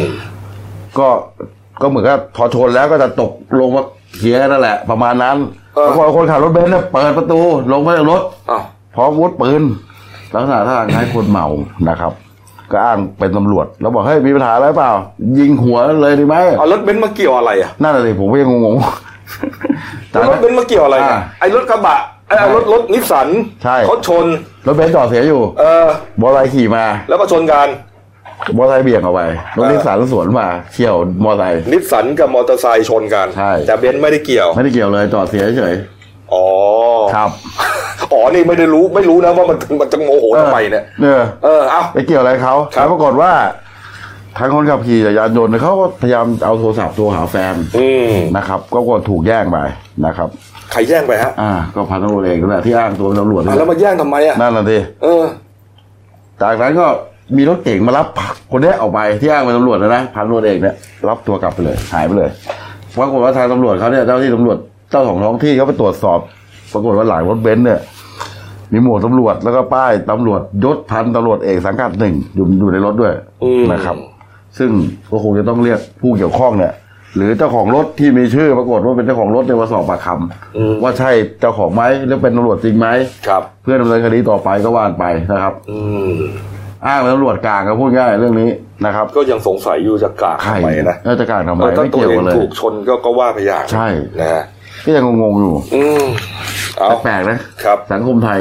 ก็เหมือนกับพอชนแล้วก็จะตกลงมาเสียนั่นแหละประมาณนั้นพอคนขับรถเบนซ์เนี่ยเปิดประตูลงมาจากรถพร้อมอาวุธปืนลักษณะท่าทางคล้ายคนเมานะครับก็อ้างเป็นตำรวจแล้วบอกเฮ้ยมีปัญหาอะไรเปล่ายิงหัวเลยดีไหมเอารถเบนซ์มาเกี่ยวอะไรอ่ะนั่นเลยผมก็ยังงงๆรถเบนซ์มาเกี่ยวอะไรไอ้รถกระบะไอ้รถนิสสันเขาชนรถเบนซ์จอดเสียอยู่มอเตอร์ไซค์ขี่มาแล้วก็ชนกันมอเตอร์ไซค์เบี่ยงออกไปรถนิสสันสวนมาเฉี่ยวมอเตอร์ไซค์นิสสันกับมอเตอร์ไซค์ชนกันแต่เบนซ์ไม่ได้เกี่ยวเลยจอดเสียเฉยอ๋อครับอ๋อนี่ไม่รู้นะว่ามันจะโมโหทำไมเนี่ยเอาไปเกี่ยวอะไรเขาปรากฏว่าทางคนขับขี่จักรยานยนต์เขาก็พยายามเอาโทรศัพท์โทรหาแฟนนะครับก็ถูกแย่งไปนะครับใครแย่งไปฮะก็พันตำรวจเอกนั่นแหละที่อ้างตัวเป็นตำรวจแล้วมาแย่งทำไมนั่นแหละสิจากนั้นก็มีรถเก๋งมารับคนนี้ออกไปที่อ้างเป็นตำรวจนะพันตำรวจเอกเนี่ยรับตัวกลับไปเลยหายไปเลยปรากฏว่าทางตำรวจเขาเนี่ยเจ้าที่ตำรวจเจ้าของท้องที่เขาไปตรวจสอบปรากฏว่าหลังรถเบนซ์เนี่ยมีหมวกตำรวจแล้วก็ป้ายตำรวจยศพันตำรวจเอกสังกัด1อยู่ในรถด้วยนะครับซึ่งก็คงจะต้องเรียกผู้เกี่ยวข้องเนี่ยหรือเจ้าของรถที่มีชื่อปรากฏว่าเป็นเจ้าของรถเนี่ยมาสอบปากคำว่าใช่เจ้าของไหมหรือเป็นตำรวจจริงไหมเพื่อดำเนินคดีต่อไปก็ว่านไปนะครับอ้างเป็นตำรวจกลางก็พูดง่ายเรื่องนี้นะครับก็ยังสงสัยอยู่จะกลางทำไมนะจะกลางทำไมไม่เกี่ยวกันเลยถูกชนก็ว่าไปอย่างใช่นะก็ยังงงอยู่แปลกนะครับสังคมไทย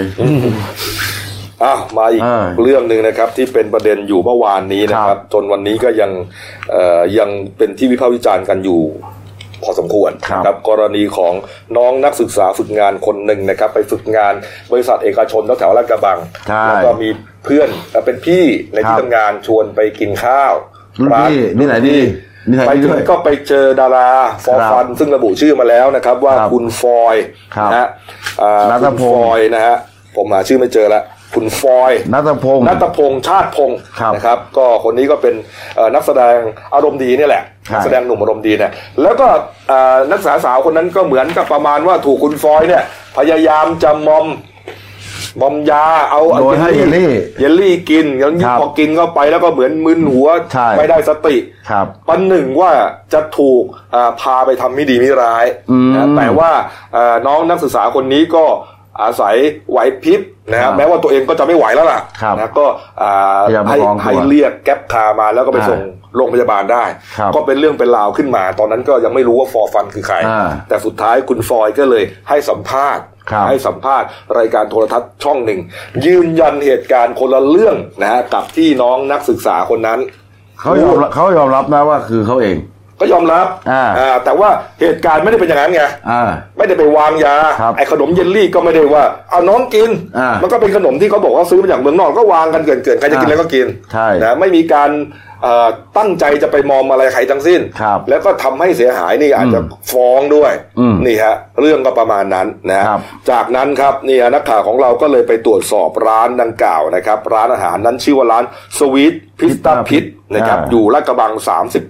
มาอีกเรื่องนึงนะครับที่เป็นประเด็นอยู่เมื่อวานนี้นะครับจนวันนี้ก็ยังเป็นที่วิพากษ์วิจารณ์กันอยู่พอสมควรครับกรณีของน้องนักศึกษาฝึกงานคนหนึ่งนะครับไปฝึกงานบริษัทเอกชนแถวลาดกระบังแล้วก็มีเพื่อนเป็นพี่ในที่ทำงานชวนไปกินข้าวร้านนี่ไหนดีไปถึงก็ไปเจอดาราฟอร์ฟันซึ่งระบุชื่อมาแล้วนะครับว่าคุณฟอยนะฮะคุณฟอยนะฮะผมหาชื่อไม่เจอละคุณฟอยณัฐพงษ์ชาติพงศ์นะครับก็คนนี้ก็เป็นนักแสดงอารมณ์ดีนี่แหละนักแสดงหนุ่มอารมณ์ดีเนี่ยแล้วก็นักศึกษาสาวคนนั้นก็เหมือนกับประมาณว่าถูกคุณฟอยเนี่ยพยายามจะมอมยาเอาโดยให้เยลลี่กินแล้วพอกินเข้าไปแล้วก็เหมือนมึนหัวไม่ได้สติปันหนึ่งว่าจะถูกพาไปทำไม่ดีไม่ร้ายแต่ว่าน้องนักศึกษาคนนี้ก็อาศัยไหวพริบนะครับแม้ว่าตัวเองก็จะไม่ไหวแล้วล่ะนะก็ให้เรียกแก๊ปคาร์มาแล้วก็ไปส่งโรงพยาบาลได้ก็เป็นเรื่องเป็นราวขึ้นมาตอนนั้นก็ยังไม่รู้ว่าฟอร์ฟันคือใครแต่สุดท้ายคุณฟอยก็เลยให้สัมภาษณ์รายการโทรทัศน์ช่องหนึ่งยืนยันเหตุการณ์คนละเรื่องนะฮะกับที่น้องนักศึกษาคนนั้นเขายอมรับนะว่าคือเขาเองก็ยอมรับแต่ว่าเหตุการณ์ไม่ได้เป็นอย่างนั้นไงไม่ได้ไปวางยาไอ้ขนมเยลลี่ก็ไม่ได้ว่าเอาน้องกินมันก็เป็นขนมที่เขาบอกว่าซื้อมาจากเมืองนอกก็วางกันเกินใครจะกินแล้วก็กินนะไม่มีการตั้งใจจะไปมอมอะไรใครทั้งสิ้นแล้วก็ทำให้เสียหายนี่อาจจะฟ้องด้วยนี่ฮะเรื่องก็ประมาณนั้นนะจากนั้นครับนี่นักข่าวของเราก็เลยไปตรวจสอบร้านดังกล่าวนะครับร้านอาหารนั้นชื่อว่าร้านสวีทพิสตาพิทนะครับอยู่ลาดกระบัง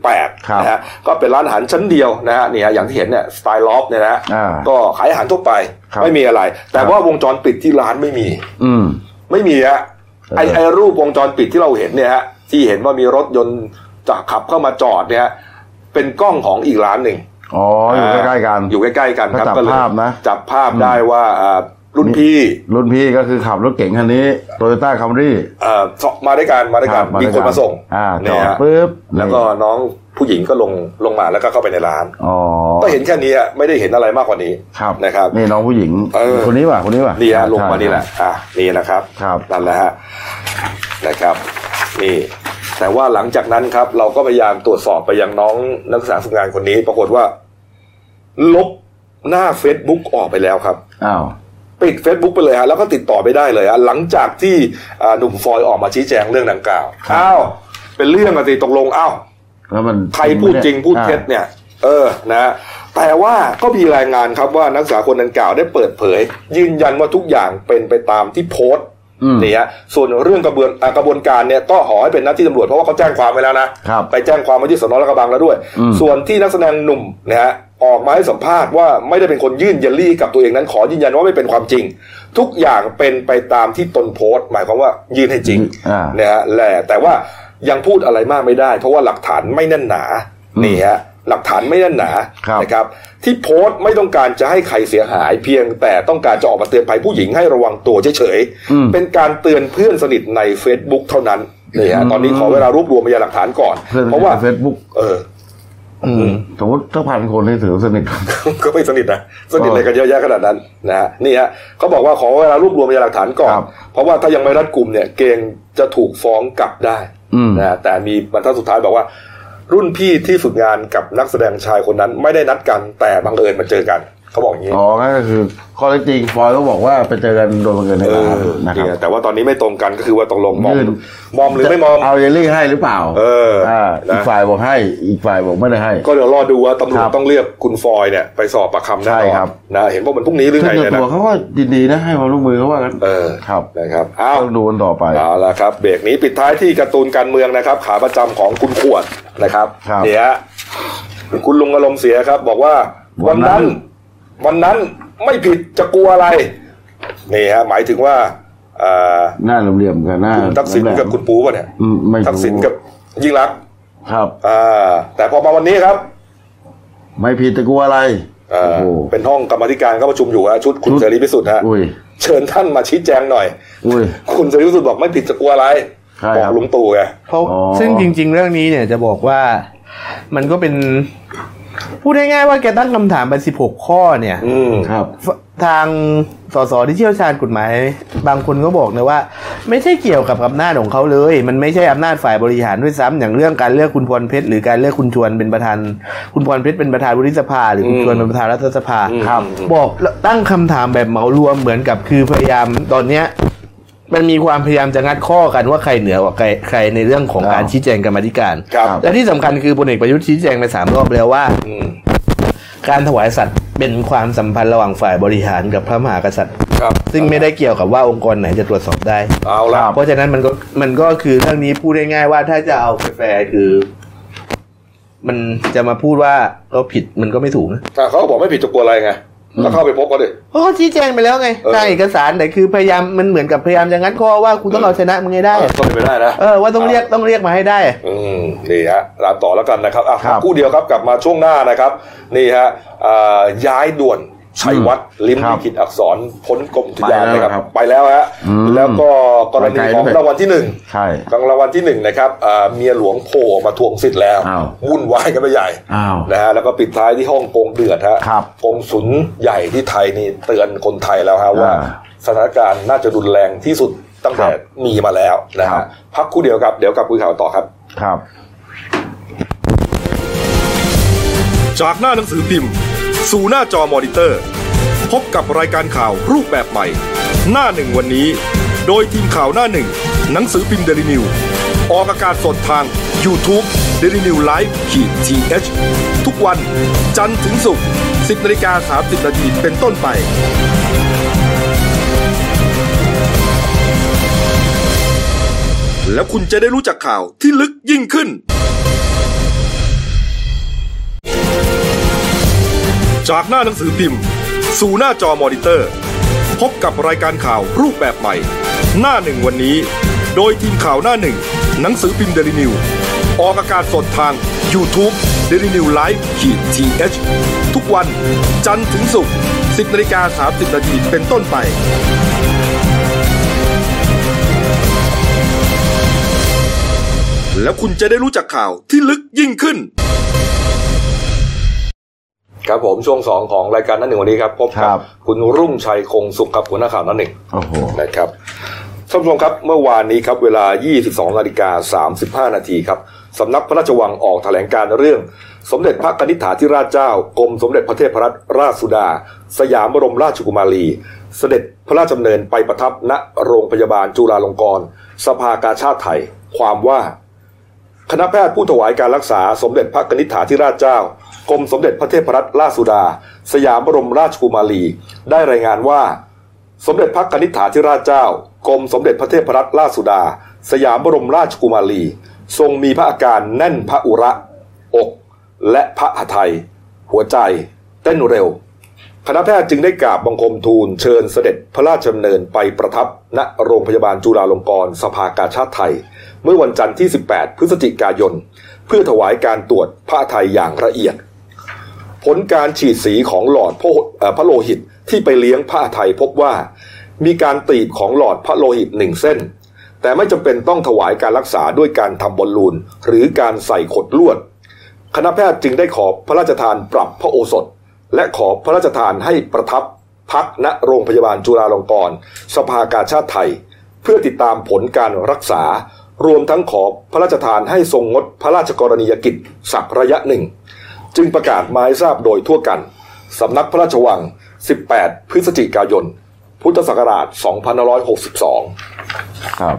38นะฮะก็เป็นร้านอาหารชั้นเดียวนะฮะนี่ฮะอย่างที่เห็นเนี่ยสไตล์ลอฟเนี่ยนะก็ขายอาหารทั่วไปไม่มีอะไรแต่ว่าวงจรปิดที่ร้านไม่มีฮะไอรูปวงจรปิดที่เราเห็นเนี่ยฮะที่เห็นว่ามีรถยนต์จะขับเข้ามาจอดเนี่ยเป็นกล้องของอีกร้านหนึ่งอยู่ใกล้ๆกันครับก็เลยจับภาพได้ว่ารุ่นพี่ก็คือขับรถเก๋งคันนี้ Toyota Camry มาด้วยกันมีคนมาส่งจอดปุ๊บแล้วก็น้องผู้หญิงก็ลงมาแล้วก็เข้าไปในร้านก็เห็นแค่นี้ไม่ได้เห็นอะไรมากกว่านี้นะครับนี่น้องผู้หญิงคนนี้ป่ะนี่ฮะลงมานี่แหละนี่นะครับนั่นแหละฮะนะครับนี่แต่ว่าหลังจากนั้นครับเราก็พยายามตรวจสอบไปยังน้องนักศึกษาฝึกงานคนนี้ปรากฏว่าลบหน้า Facebook ออกไปแล้วครับปิด Facebook ไปเลยฮะแล้วก็ติดต่อไม่ได้เลยฮะหลังจากที่หนุ่มฟอยออกมาชี้แจงเรื่องดังกล่าวเป็นเรื่องอะไรตกลงแล้วมันใครพูดจริงพูดเท็จเนี่ยนะแต่ว่าก็มีรายงานครับว่านักศึกษาคนดังกล่าวได้เปิดเผยยืนยันว่าทุกอย่างเป็นไปตามที่โพสต์นี่ฮะส่วนเรื่องกระบวนการเนี่ยก็ขอให้เป็นหน้าที่ตำรวจเพราะว่าเขาแจ้งความไว้แล้วนะไปแจ้งความไว้ที่สน.ลาดกระบังแล้วด้วยส่วนที่นักแสดงหนุ่มนะฮะออกมาให้สัมภาษณ์ว่าไม่ได้เป็นคนยื่นเยลลี่กับตัวเองนั้นขอยืนยันว่าไม่เป็นความจริงทุกอย่างเป็นไปตามที่ตนโพสต์หมายความว่ายื่นให้จริงนะฮะแต่ว่ายังพูดอะไรมากไม่ได้เพราะว่าหลักฐานไม่แน่นหนานี่ฮะหลักฐานไม่แน่นหนานะครับที่โพสต์ไม่ต้องการจะให้ใครเสียหายเพียงแต่ต้องการจะออกมาเตือนภัยผู้หญิงให้ระวังตัวเฉยๆเป็นการเตือนเพื่อนสนิทใน Facebook เท่านั้นนี่ฮะตอนนี้ขอเวลารวบรวมพยานหลักฐานก่อนเพราะว่า Facebook สมมติถ้า1,000 คนให้ถือสนิทก็ไม่สนิทนะสนิทอะไรกันเยอะแยะขนาดนั้นนะฮะนี่ฮะเขาบอกว่าขอเวลารวบรวมพยานหลักฐานก่อนเพราะว่าถ้ายังไม่รัดกุมเนี่ยเกรงจะถูกฟ้องกลับได้นะแต่มีบรรทัดสุดท้ายบอกว่ารุ่นพี่ที่ฝึกงานกับนักแสดงชายคนนั้นไม่ได้นัดกันแต่บังเอิญมาเจอกันเขาบอกอย่างนี้อ๋อนั่นก็คือข้อเท็จจริงฟอยก็บอกว่าไปเจอกันโดยบังเอิญในร้านนะครับแต่ว่าตอนนี้ไม่ตรงกันก็คือว่าตกลงมอมหรือไม่มอมเอาเยลลี่ให้หรือเปล่าอีกฝ่ายบอกให้อีกฝ่ายบอกไม่ได้ให้ก็เดี๋ยวรอดูว่าตำรวจต้องเรียกคุณฟอยเนี่ยไปสอบปากคำแน่นอนนะเห็นว่ามันพรุ่งนี้หรือไงเนี่ยนะตัวเขาก็ดีนะให้ความร่วมมือเขาว่ากันครับนะครับต้องดูกันต่อไปเอาละครับเบรกนี้ปิดท้ายที่การ์ตูนการเมืองนะครับขาประจำของคุณขวดนะครับเนี่ยคุณลุงอารมณ์เสียครับบอกว่าวันนั้นไม่ผิดจะกลัวอะไรนี่ฮะหมายถึงว่าหน้าเหลี่ยมกันหน้าทักษิณกับคุณปูป่ะเนี่ยทักษิณกับยิ่งรักษณ์ครับแต่พอมาวันนี้ครับไม่ผิดจะกลัวอะไรเป็นห้องกรรมธิการก็ประชุมอยู่ชุดคุณเสรีพิสุทธิ์ฮะเชิญท่านมาชี้แจงหน่อยคุณเสรีพิสุทธิ์บอกไม่ผิดจะกลัวอะไรบอกลุงตู่ไงซึ่งจริงๆเรื่องนี้เนี่ยจะบอกว่ามันก็เป็นพูดง่ายๆว่าแกตั้งคำถามไป16ข้อเนี่ยครับทางสสที่เชี่ยวชาญกฎหมายบางคนก็บอกนะว่าไม่ใช่เกี่ยวกับอำนาจของเขาเลยมันไม่ใช่อำนาจฝ่ายบริหารด้วยซ้ำอย่างเรื่องการเลือกคุณพรเพชรหรือการเลือกคุณชวนเป็นประธานคุณพรเพชรเป็นประธานวุฒิสภาหรือคุณชวนเป็นประธานรัฐสภาบอกตั้งคำถามแบบเหมารวมเหมือนกับคือพยายามตอนเนี้ยมันมีความพยายามจะงัดข้อกันว่าใครเหนือกว่าใครในเรื่องของการชี้แจงกรรมาธิการและที่สำคัญคือพลเอกประยุทธ์ชี้แจงไป3 รอบแล้วว่าการถวายสัตย์เป็นความสัมพันธ์ระหว่างฝ่ายบริหารกับพระมหากษัตริย์ซึ่งไม่ได้เกี่ยวกับว่าองค์กรไหนจะตรวจสอบได้เพราะฉะนั้นมันก็คือเรื่องนี้พูดได้ง่ายว่าถ้าจะเอาแฟร์คือมันจะมาพูดว่าเราผิดมันก็ไม่ถูกนะเขาบอกไม่ผิดจะกลัวอะไรไงแล้วเข้าไปพบก็ดิเพราะเขาชี้แจงไปแล้วไงทางเอกสารแต่คือพยายามมันเหมือนกับพยายามจะงัดข้อว่าคุณต้องเอาชนะมึงให้ได้ก็ไม่ได้นะว่าต้องเรียกมาให้ได้นี่ฮะตามต่อแล้วกันนะครับคู่เดียวครับกลับมาช่วงหน้านะครับนี่ฮะย้ายด่วนชัยวัฒน์ลิ้มลิขิตอักษรพ้นกรมอุทยานนะครับไปแล้วฮะแล้วก็กรณีของรางวัลที่1 ใช่รางวัลที่1นะครับเมียหลวงโผล่มาทวงสิทธิ์แล้ววุ่นวายกันไปใหญ่นะฮะแล้วก็ปิดท้ายที่ฮ่องกงเดือดฮะกงสุลใหญ่ที่ไทยนี่เตือนคนไทยแล้วฮะว่าสถานการณ์น่าจะรุนแรงที่สุดตั้งแต่มีมาแล้วนะฮะพักคู่เดียวครับเดี๋ยวกลับคุยข่าวต่อครับจากหน้าหนังสือพิมพ์สู่หน้าจอมอนิเตอร์พบกับรายการข่าวรูปแบบใหม่หน้าหนึ่งวันนี้โดยทีมข่าวหน้าหนึ่งหนังสือพิมพ์ Daily News ออกอากาศสดทาง YouTube Daily News Live-TH ทุกวันจันทร์ถึงศุกร์ 10:30 น.เป็นต้นไปแล้วคุณจะได้รู้จักข่าวที่ลึกยิ่งขึ้นจากหน้าหนังสือพิมพ์สู่หน้าจอมอนิเตอร์พบกับรายการข่าวรูปแบบใหม่หน้าหนึ่งวันนี้โดยทีมข่าวหน้าหนึ่งหนังสือพิมพ์ Daily News ออกอากาศสดทาง YouTube Daily News Live-TH ทุกวันจันทร์ถึงศุกร์ 10:30 น.เป็นต้นไปแล้วคุณจะได้รู้จักข่าวที่ลึกยิ่งขึ้นครับผมช่วง2ของรายการนั่นหนึ่งวันนี้ครับพบกับคุณรุ่งชัยคงสุขกับหัวหน้าข่าวนั่นหนึ่งนะครับท่านผู้ชมครับเมื่อวานนี้ครับเวลา 22:35 น.ครับสำนักพระราชวังออกแถลงการเรื่องสมเด็จพระกนิษฐาธิราชเจ้ากรมสมเด็จพระเทพรัตนราชสุดาสยามบรมราชกุมารีเสด็จพระราชดำเนินไปประทับณโรงพยาบาลจุฬาลงกรณ์สภากาชาดไทยความว่าคณะแพทย์ผู้ถวายการรักษาสมเด็จพระกนิษฐาธิราชเจ้ากรมสมเด็จพระเทพรัตนราชสุดาสยามบรมราชกุมารีได้รายงานว่าสมเด็จพระกนิษฐาธิราชเจ้ากรมสมเด็จพระเทพรัตนราชสุดาสยามบรมราชกุมารีทรงมีพระอาการแน่นพระอุระอกและพระหทัยหัวใจเต้นเร็วคณะแพทย์จึงได้กราบบังคมทูลเชิญเสด็จพระราชดำเนินไปประทับณโรงพยาบาลจุฬาลงกรณ์สภากาชาดไทยเมื่อวันจันทร์ที่18 พฤศจิกายนเพื่อถวายการตรวจพระหทัยอย่างละเอียดผลการฉีดสีของหลอดพระโลหิตที่ไปเลี้ยงพระหทัยพบว่ามีการตีบของหลอดพระโลหิต1เส้นแต่ไม่จำเป็นต้องถวายการรักษาด้วยการทำบอลลูนหรือการใส่ขดลวดคณะแพทย์จึงได้ขอพระราชทานปรับพระโอสถและขอพระราชทานให้ประทับพักณโรงพยาบาลจุฬาลงกรณ์สภากาชาดไทยเพื่อติดตามผลการรักษารวมทั้งขอพระราชทานให้ทรงงดพระราชกรณียกิจสักระยะหนึ่งจึงประกาศมาให้ทราบโดยทั่วกันสำนักพระราชวัง18พฤศจิกายนพุทธศักราช2562 ครับ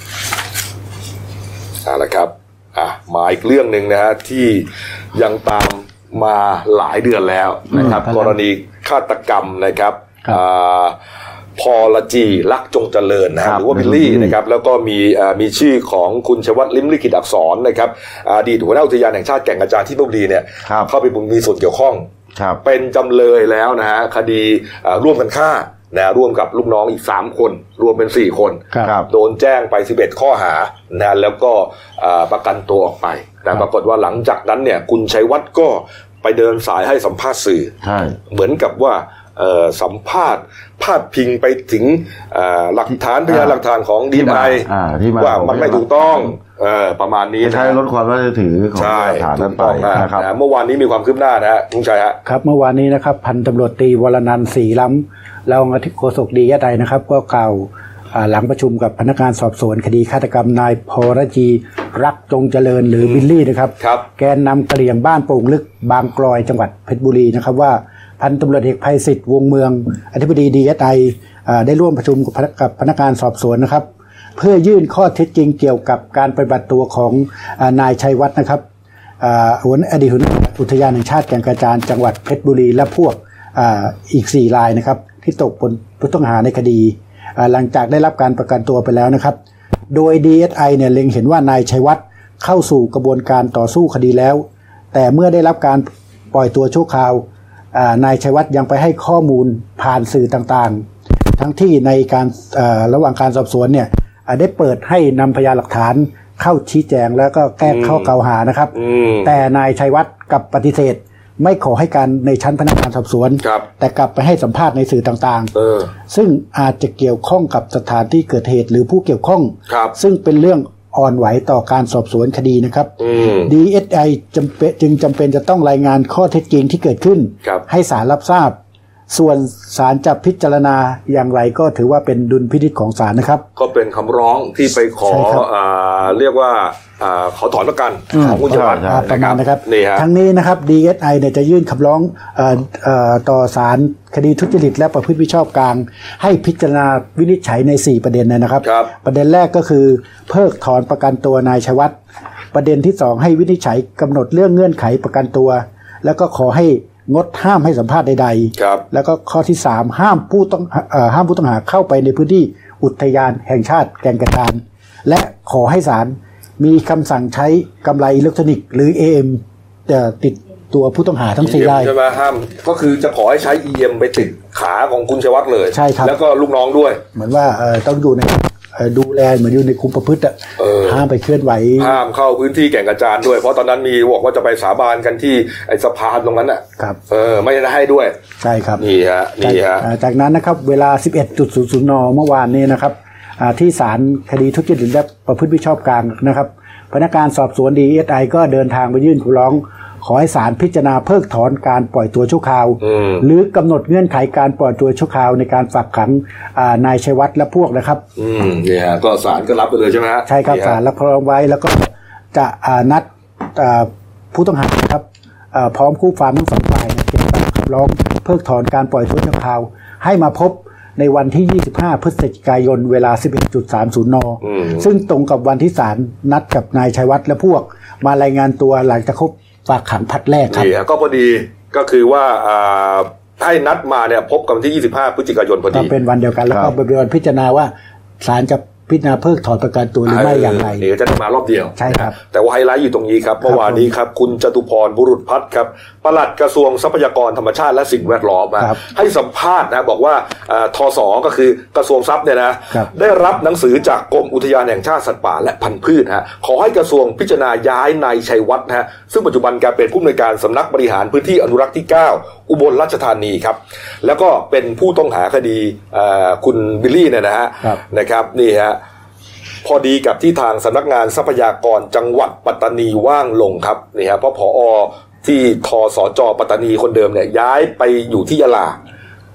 ละครับมาอีกเรื่องนึงนะฮะที่ยังตามมาหลายเดือนแล้วนะครับกรณีฆาตกรรมนะครับพรจีลักษณ์จงเจริญนะหรือว่าบิลลี่นะครับแล้วก็มีชื่อของคุณชวัฒน์ลิ้มลิขิตอักษรนะครับอดีตหัวหน้าอุทยานแห่งชาติแก่งกระจานที่ลพบุรีเนี่ยเข้าไปมีส่วนเกี่ยวข้องเป็นจำเลยแล้วนะฮะคดีร่วมกันฆ่านะร่วมกับลูกน้องอีก3คนรวมเป็น4คนโดนแจ้งไป11ข้อหานะแล้วก็ประกันตัวออกไปแต่ปรากฏว่าหลังจากนั้นเนี่ยคุณชัยวัฒน์ก็ไปเดินสายให้สัมภาษณ์สื่อเหมือนกับว่าสัมภาษณ์พาดพิงไปถึงหลักฐานพยานหลักฐานของDMIว่ามันไม่ถูกต้องประมาณนี้ใช้ลดความน่าเชื่อถือของหลักฐานนั้นไปนะครับเมื่อวานนี้มีความคืบหน้านะฮะลุงชัยฮะครับเมื่อวานนี้นะครับพันตำรวจตรีวรนันท์ศรีล้ำรองอธิบดีโฆษกDSIนะครับก็กล่าวหลังประชุมกับพนักงานสอบสวนคดีฆาตกรรมนายพรจีรักจงเจริญหรือบิลลี่นะครับแกนนำกะเหรี่ยงบ้านโป่งลึกบางกลอยจังหวัดเพชรบุรีนะครับว่าพันตำรวจเอกไพศิษฐ์วงเมืองอธิบดีDSIได้ร่วมประชุมกับพนักงานสอบสวนนะครับเพื่อยื่นข้อเท็จจริงเกี่ยวกับการปฏิบัติตัวของนายชัยวัฒน์นะครับอดีตหัวหน้าอุทยานแห่งชาติแก่งกระจานจังหวัดเพชรบุรีและพวกอีก4รายนะครับที่ตกเป็นผู้ต้องหาในคดีหลังจากได้รับการประกันตัวไปแล้วนะครับโดย DSI เนี่ยเล็งเห็นว่านายชัยวัฒน์เข้าสู่กระบวนการต่อสู้คดีแล้วแต่เมื่อได้รับการปล่อยตัวชั่วคราวนายชัยวัฒน์ยังไปให้ข้อมูลผ่านสื่อต่างๆทั้งที่ในการระหว่างการสอบสวนเนี่ยได้เปิดให้นำพยานหลักฐานเข้าชี้แจงแล้วก็แก้ข้อกล่าวหานะครับแต่นายชัยวัฒน์กลับปฏิเสธไม่ขอให้การในชั้นพนักงานสอบสวนแต่กลับไปให้สัมภาษณ์ในสื่อต่างๆซึ่งอาจจะเกี่ยวข้องกับสถานที่เกิดเหตุหรือผู้เกี่ยวข้องซึ่งเป็นเรื่องอ่อนไหวต่อการสอบสวนคดีนะครับ DSI จึงจำเป็นจะต้องรายงานข้อเท็จจริงที่เกิดขึ้นให้ศาลรับทราบส่วนศาลจะพิจารณาอย่างไรก็ถือว่าเป็นดุลพินิจของศาลนะครับก็เป็นคำร้องที่ไปขอเรียกว่าขอถอนประกันของคุณชัยวัฒน์นะครับทั้งนี้นะครับ DSI เนี่ยจะยื่นคำร้องต่อศาลคดีทุจริตและประพฤติมิชอบกลางให้พิจารณาวินิจฉัยใน4ประเด็นนะครับประเด็นแรกก็คือเพิกถอนประกันตัวนายชัยวัฒน์ประเด็นที่2ให้วินิจฉัยกำหนดเรื่องเงื่อนไขประกันตัวแล้วก็ขอให้งดห้ามให้สัมภาษณ์ใดๆแล้วก็ข้อที่3ห้ามผู้ต้องหาเข้าไปในพื้นที่อุทยานแห่งชาติแก่งกระจานและขอให้ศาลมีคำสั่งใช้กำไรอิเล็กทรอนิกส์หรือ AM ติดตัวผู้ต้องหาทั้ง4รายใช่ไหมห้ามก็คือจะขอให้ใช้ EM ไปติดขาของคุณชัยวัฒน์เลยใช่ครับแล้วก็ลูกน้องด้วยเหมือนว่าต้องอยู่ในดูแลเหมือนอยู่ในคุมประพฤติห้ามไปเคลื่อนไหวห้ามเข้าพื้นที่แก่งกระจานด้วยเพราะตอนนั้นมีบอกว่าจะไปสาบานกันที่ไอ้สะพานตรงนั้นอ่ะครับไม่ได้ให้ด้วยใช่ครับนี่ฮะจากนั้นนะครับเวลา 11:00 น.เมื่อวานนี้นะครับที่ศาลคดีทุจริตและประพฤติมิชอบกลางนะครับพนักงานสอบสวน DSI ก็เดินทางไปยื่นคำร้องขอให้ศาลพิจารณาเพิกถอนการปล่อยตัวชั่วคราวหรือกำหนดเงื่อนไขการปล่อยตัวชั่วคราวในการฝากขังนายชัยวัฒน์และพวกนะครับนี่ฮะก็ศาลก็รับไปเลยใช่ไหมฮะใช่ครับศาลรับรองไว้แล้วก็จะนัดผู้ต้องหาครับพร้อมคู่ความทั้ง2ฝ่ายเกี่ยวกับคำร้องเพิกถอนการปล่อยตัวชั่วคราวให้มาพบในวันที่25พฤศจิกายนเวลา 11:30 น.ซึ่งตรงกับวันที่ศาลนัดกับนายชัยวัฒน์และพวกมารายงานตัวหลังจากครบฝากขังผลัดแรกครับก็พอดีก็คือว่าให้นัดมาเนี่ยพบกันที่25พฤศจิกายนพอดีเป็นวันเดียวกันแล้วก็เป็นวันพิจารณาว่าศาลจะพิจารณาเพิกถอนประกันตัวหรือไม่อย่างไรเดี๋ยวจะมารอบเดียวใช่ครับแต่ว่าไฮไลท์อยู่ตรงนี้ครับเมื่อวานนี้ครับคุณจตุพรบุรุษพัฒน์ครับปลัดกระทรวงทรัพยากรธรรมชาติและสิ่งแวดล้อมให้สัมภาษณ์นะบอกว่าทส.ก็คือกระทรวงทรัพย์เนี่ยนะได้รับหนังสือจากกรมอุทยานแห่งชาติสัตว์ป่าและพันธุ์พืชขอให้กระทรวงพิจารณาย้ายนายชัยวัฒน์ซึ่งปัจจุบันแกเป็นผู้อำนวยการสำนักบริหารพื้นที่อนุรักษ์ที่9อุบลราชธานีครับแล้วก็เป็นผู้ต้องหาคดีคุณบิลลี่เนี่ยนะครับนี่ฮะพอดีกับที่ทางสำนักงานทรัพยากรจังหวัดปัตตานีว่างลงครับนี่ฮะเพราะผอ.ที่ทสจ.ปัตตานีคนเดิมเนี่ยย้ายไปอยู่ที่ยะลา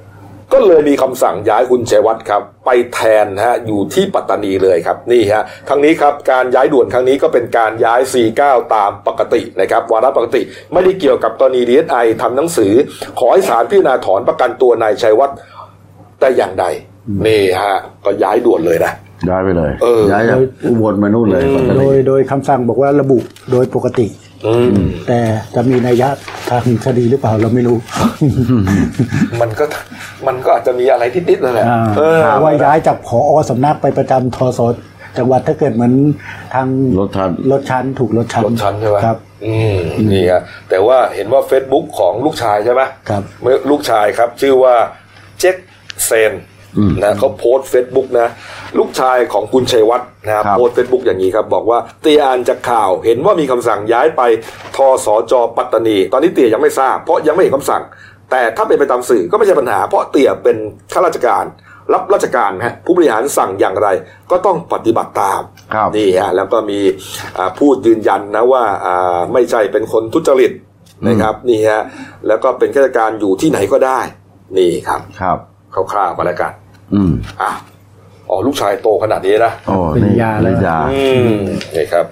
ก็เลยมีคำสั่งย้ายคุณชัยวัฒน์ครับไปแทนอยู่ที่ปัตตานีเลยครับนี่ฮะครั้งนี้ครับการย้ายด่วนครั้งนี้ก็เป็นการย้าย49ตามปกตินะครับวาระปกติไม่ได้เกี่ยวกับกรณี DSI ทำหนังสือขอให้ศาลพิจารณาถอนประกันตัวนายชัยวัฒน์แต่อย่างใดนี่ฮะก็ย้ายด่วนเลยนะย้ายไปเลยย้ายจากอุบลมานู่นเลยโดยคำสั่งบอกว่าระบุโดยปกติแต่จะมีนัยยะทางคดีหรือเปล่าเราไม่รู้มันก็อาจจะมีอะไรนิดๆนั่นแหละว่าย้ายจากผอ.สำนักไปประจำทศ.จังหวัดถ้าเกิดเหมือนทางลดชั้นถูกลดชั้นใช่ไหมครับนี่ฮะแต่ว่าเห็นว่า Facebook ของลูกชายใช่ไหมครับลูกชายครับชื่อว่าเจ็คเซนนะเขาโพสต์ Facebook นะลูกชายของคุณชัยวัฒน์นะครับโพสต์ Facebook อย่างนี้ครับบอกว่าเตียอ่านจากข่าวเห็นว่ามีคำสั่งย้ายไปทสจ.ปัตตานีตอนนี้เตียยังไม่ทราบเพราะยังไม่เห็นคำสั่งแต่ถ้าเป็นไปตามสื่อก็ไม่ใช่ปัญหาเพราะเตียเป็นข้าราชการรับราชการผู้บริหารสั่งอย่างไรก็ต้องปฏิบัติตามนี่ฮะแล้วก็มีพูดยืนยันนะว่าไม่ใช่เป็นคนทุจริตนะครับนี่ฮะแล้วก็เป็นข้าราชการอยู่ที่ไหนก็ได้นี่ครับคร่าวๆก็แล้วกันลูกชายโตขนาดนี้นะเป็นยาเลยนี่ครับ